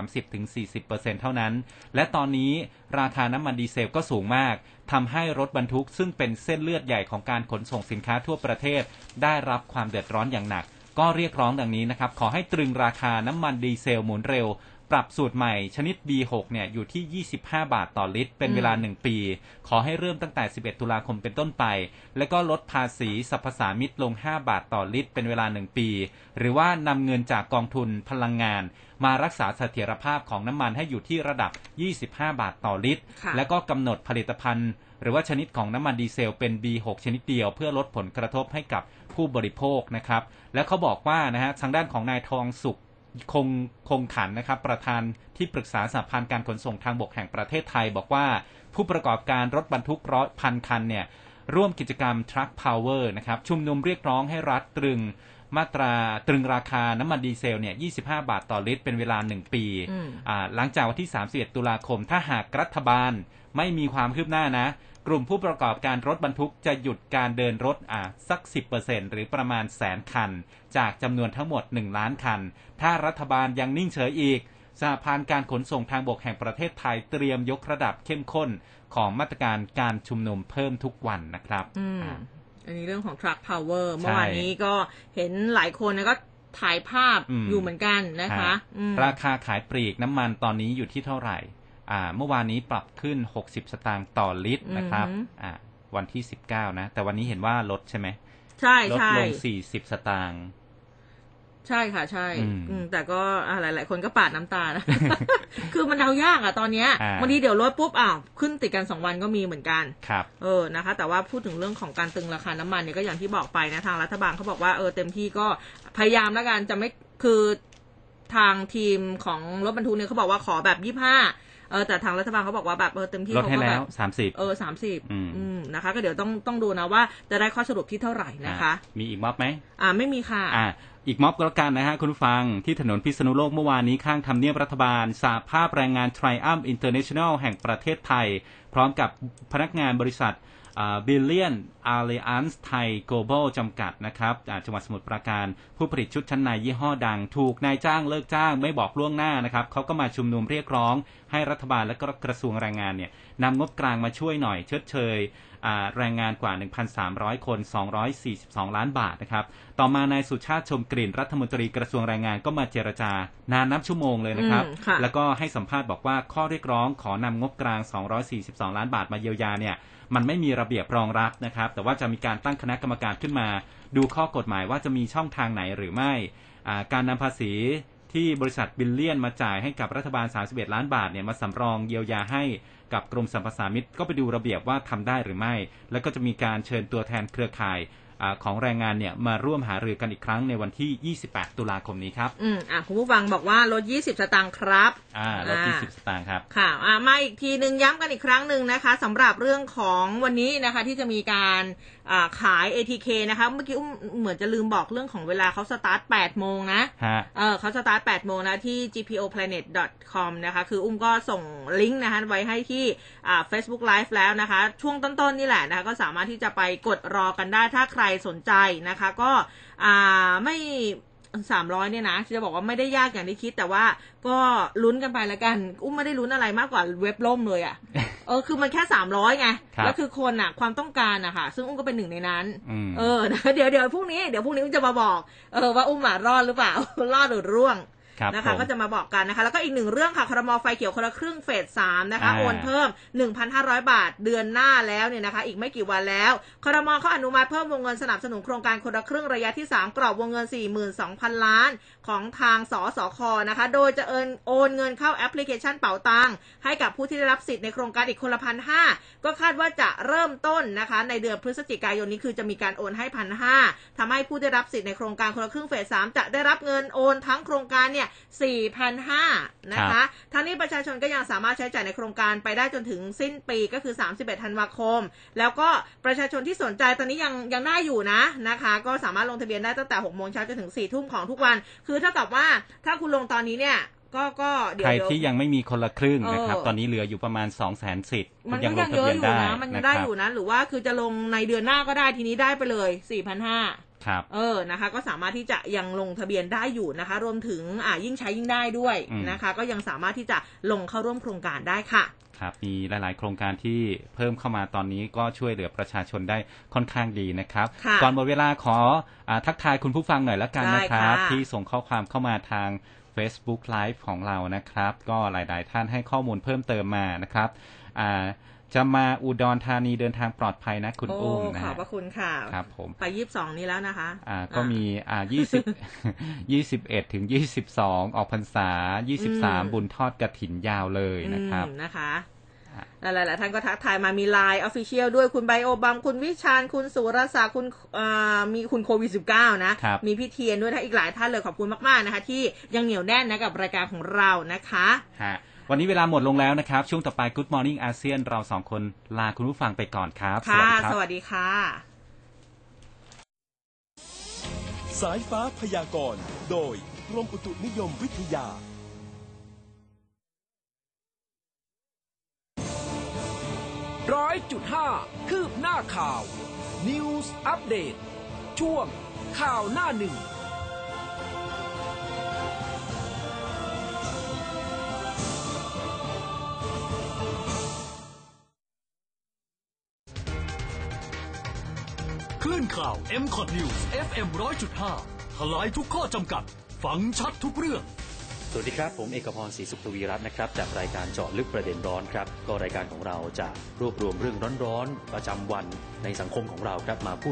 30-40% เท่านั้นและตอนนี้ราคาน้ำมันดีเซลก็สูงมากทำให้รถบรรทุกซึ่งเป็นเส้นเลือดใหญ่ของการขนส่งสินค้าทั่วประเทศได้รับความเดือดร้อนอย่างหนักก็เรียกร้องดังนี้นะครับขอให้ตรึงราคาน้ำมันดีเซลหมุนเร็วปรับสูตรใหม่ชนิด B6 เนี่ยอยู่ที่25 บาทต่อลิตรเป็นเวลา1ปีขอให้เริ่มตั้งแต่11ตุลาคมเป็นต้นไปแล้วก็ลดภาษีสรรพสามิตลง5บาทต่อลิตรเป็นเวลา1ปีหรือว่านำเงินจากกองทุนพลังงานมารักษาเสถียรภาพของน้ำมันให้อยู่ที่ระดับ25บาทต่อลิตรแล้วก็กำหนดผลิตภัณฑ์หรือว่าชนิดของน้ำมันดีเซลเป็น B6 ชนิดเดียวเพื่อลดผลกระทบให้กับผู้บริโภคนะครับและเขาบอกว่านะฮะทางด้านของนายทองสุขคงขันนะครับประธานที่ปรึกษาสหพันธ์การขนส่งทางบกแห่งประเทศไทยบอกว่าผู้ประกอบการรถบรรทุก100,000 คันเนี่ยร่วมกิจกรรม Truck Power นะครับชุมนุมเรียกร้องให้รัฐตรึงราคาน้ำมันดีเซลเนี่ย25 บาทต่อลิตรเป็นเวลา1ปีหลังจากวันที่31ตุลาคมถ้าหากรัฐบาลไม่มีความคืบหน้านะกลุ่มผู้ประกอบการรถบรรทุกจะหยุดการเดินรถสัก 10% หรือประมาณ100,000 คันจากจำนวนทั้งหมด1ล้านคันถ้ารัฐบาลยังนิ่งเฉยอีกสหพันธ์การขนส่งทางบกแห่งประเทศไทยเตรียมยกระดับเข้มข้นของมาตรการการชุมนุมเพิ่มทุกวันนะครับอันนี้เรื่องของ Truck Power เมื่อวานนี้ก็เห็นหลายคนก็ถ่ายภาพอยู่เหมือนกันนะคะราคาขายปลีกน้ำมันตอนนี้อยู่ที่เท่าไหร่เมื่อวานนี้ปรับขึ้น60 สตางค์ต่อลิตรนะครับวันที่19นะแต่วันนี้เห็นว่าลดใช่ไหมใช่ลดลง40 สตางค์ใช่ค่ะใช่แต่ก็หลายๆคนก็ปาดน้ำตานะ คือมันเดายากตอนนี้บางทีเดี๋ยวลดปุ๊บขึ้นติดกัน2วันก็มีเหมือนกันครับนะคะแต่ว่าพูดถึงเรื่องของการตึงราคาน้ำมันเนี่ยก็อย่างที่บอกไปนะทางรัฐบาลเขาบอกว่าเต็มที่ก็พยายามแล้วกันจะไม่คือทางทีมของรถบรรทุกเนี่ยเขาบอกว่าขอแบบ25แต่ทางรัฐบาลเขาบอกว่าแบบเต็มที่เขาก็แบบ 30นะคะก็เดี๋ยวต้องดูนะว่าจะได้ข้อสรุปที่เท่าไหร่นะคะมีอีกม็อบไหมไม่มีค่ะอีกม็อบก็แล้วกันนะฮะคุณผู้ฟังที่ถนนพิษณุโลกเมื่อวานนี้ข้างทำเนียบรัฐบาลสหภาพแรงงาน Triumph International แห่งประเทศไทยพร้อมกับพนักงานบริษัทBillion Alliance Thai Global จำกัดนะครับจังหวัดสมุทรปราการผู้ผลิตชุดชั้นในยี่ห้อดังถูกนายจ้างเลิกจ้างไม่บอกล่วงหน้านะครับเขาก็มาชุมนุมเรียกร้องให้รัฐบาลและก็กระทรวงแรงงานเนี่ยนำงบกลางมาช่วยหน่อยชดเชยแรงงานกว่า 1,300 คน242 ล้านบาทนะครับต่อมานายสุชาติชมกลิ่นรัฐมนตรีกระทรวงแรงงานก็มาเจรจานานนับชั่วโมงเลยนะครับแล้วก็ให้สัมภาษณ์บอกว่าข้อเรียกร้องขอนำงบกลาง242 ล้านบาทมาเยียวยาเนี่ยมันไม่มีระเบียบรองรับนะครับแต่ว่าจะมีการตั้งคณะกรรมการขึ้นมาดูข้อกฎหมายว่าจะมีช่องทางไหนหรือไม่การนำภาษีที่บริษัทบิลเลียนมาจ่ายให้กับรัฐบาล31ล้านบาทเนี่ยมาสำรองเยียวยาให้กับกรมสรรพสามิตก็ไปดูระเบียบว่าทำได้หรือไม่แล้วก็จะมีการเชิญตัวแทนเครือข่ายของแรงงานเนี่ยมาร่วมหารือกันอีกครั้งในวันที่28ตุลาคมนี้ครับคุณผู้ฟังบอกว่าลด20สตางค์ครับลด20สตางค์ครับค่ะมาอีกทีนึงย้ำกันอีกครั้งนึงนะคะสำหรับเรื่องของวันนี้นะคะที่จะมีการขาย ATK นะคะเมื่อกี้เหมือนจะลืมบอกเรื่องของเวลาเขาสตาร์ท 8 โมงนะเขาสตาร์ท 8 โมงนะที่ gpoplanet.com นะคะคือก็ส่งลิงก์นะคะไว้ให้ที่Facebook Live แล้วนะคะช่วงต้นๆนี่แหละนะคะก็สามารถที่จะไปกดรอกันได้ถ้าใครสนใจนะคะก็ไม่300เนี่ยนะจะบอกว่าไม่ได้ยากอย่างที่คิดแต่ว่าก็ลุ้นกันไปแล้วกันไม่ได้ลุ้นอะไรมากกว่าเว็บล่มเลยคือมันแค่300ไงแล้วคือคนความต้องการค่ะซึ่งก็เป็นหนึ่งในนั้นเดี๋ยวพรุ่งนี้จะมาบอกว่ารอดหรือเปล่ารอดหรือร่วงนะคะก็จะมาบอกกันนะคะแล้วก็อีกหนึ่งเรื่องค่ะครม.ไฟเขียวคนละครึ่งเฟส 3นะคะโอนเพิ่ม 1,500 บาทเดือนหน้าแล้วเนี่ยนะคะอีกไม่กี่วันแล้วครม.เขาอนุมัติเพิ่มวงเงินสนับสนุนโครงการคนละครึ่งระยะที่3กรอบวงเงิน 42,000 ล้านของทางสสค.นะคะโดยจะโอนเงินเข้าแอปพลิเคชันเป๋าตังค์ให้กับผู้ที่ได้รับสิทธิ์ในโครงการอีกคนละ 1,500 ก็คาดว่าจะเริ่มต้นนะคะในเดือนพฤศจิกายนนี้คือจะมีการโอนให้ 1,500 ทำให้ผู้ได้รับสิทธิ์ในโครงการคนละครึ่งเฟส 3จะได้รับเงินโอนทั้งโครงการเนี่ย4,500 นะคะทั้งนี้ประชาชนก็ยังสามารถใช้จ่ายในโครงการไปได้จนถึงสิ้นปีก็คือ31ธันวาคมแล้วก็ประชาชนที่สนใจตอนนี้ยังได้อยู่นะคะก็สามารถลงทะเบียนได้ตั้งแต่ 6 โมงเช้าจนถึง 4 ทุ่มของทุกวันคือเท่ากับว่าถ้าคุณลงตอนนี้เนี่ยก็เดี๋ยวใครที่ยังไม่มีคนละครึ่งนะครับตอนนี้เหลืออยู่ประมาณ 200,000 สิทธิ์มันยังเยอะอยู่นะมันยังได้อยู่นะหรือว่าคือจะลงในเดือนหน้าก็ได้ทีนี้ได้ไปเลย 4,500 ครับนะคะก็สามารถที่จะยังลงทะเบียนได้อยู่นะคะรวมถึงยิ่งใช้ยิ่งได้ด้วยนะคะก็ยังสามารถที่จะลงเข้าร่วมโครงการได้ค่ะครับมีหลายๆโครงการที่เพิ่มเข้ามาตอนนี้ก็ช่วยเหลือประชาชนได้ค่อนข้างดีนะครับก่อนหมดเวลาขอทักทายคุณผู้ฟังหน่อยละกันนะครับที่ส่งข้อความเข้ามาทาง Facebook Live ของเรานะครับก็หลายๆท่านให้ข้อมูลเพิ่มเติมมานะครับจะมาอุดรธานีเดินทางปลอดภัยนะคุณอุ้มนะขอบพระคุณค่ะครับผมไป22นี้แล้วนะคะก็มี21ถึง22ออกพรรษา23บุญทอดกฐินยาวเลยนะครับนะคะหลายๆท่านก็ทักทายมามี LINE Official ด้วยคุณไบโอบัมคุณวิชาญคุณสุรศักดิ์คุณมีคุณโควิด-19 นะมีพี่เทียนด้วยอีกหลายท่านเลยขอบคุณมากๆนะคะที่ยังเหนียวแน่นนะกับรายการของเรานะคะวันนี้เวลาหมดลงแล้วนะครับช่วงต่อไป Good Morning อาเซียนเรา2คนลาคุณผู้ฟังไปก่อนครับค่ะสวัสดีค่ะสายฟ้าพยากรณ์โดยกรมอุตุนิยมวิทยา 100.5 คืบหน้าข่าว News Update ช่วงข่าวหน้าหนึ่งคลื่นข่าว MCOT News FM 100.5 ทลายทุกข้อจำกัดฟังชัดทุกเรื่องสวัสดีครับผมเอกพรศรีสุขทวีรัตน์นะครับจากรายการเจาะลึกประเด็นร้อนครับก็รายการของเราจะรวบรวมเรื่องร้อนๆประจำวันในสังคมของเราครับมาพูด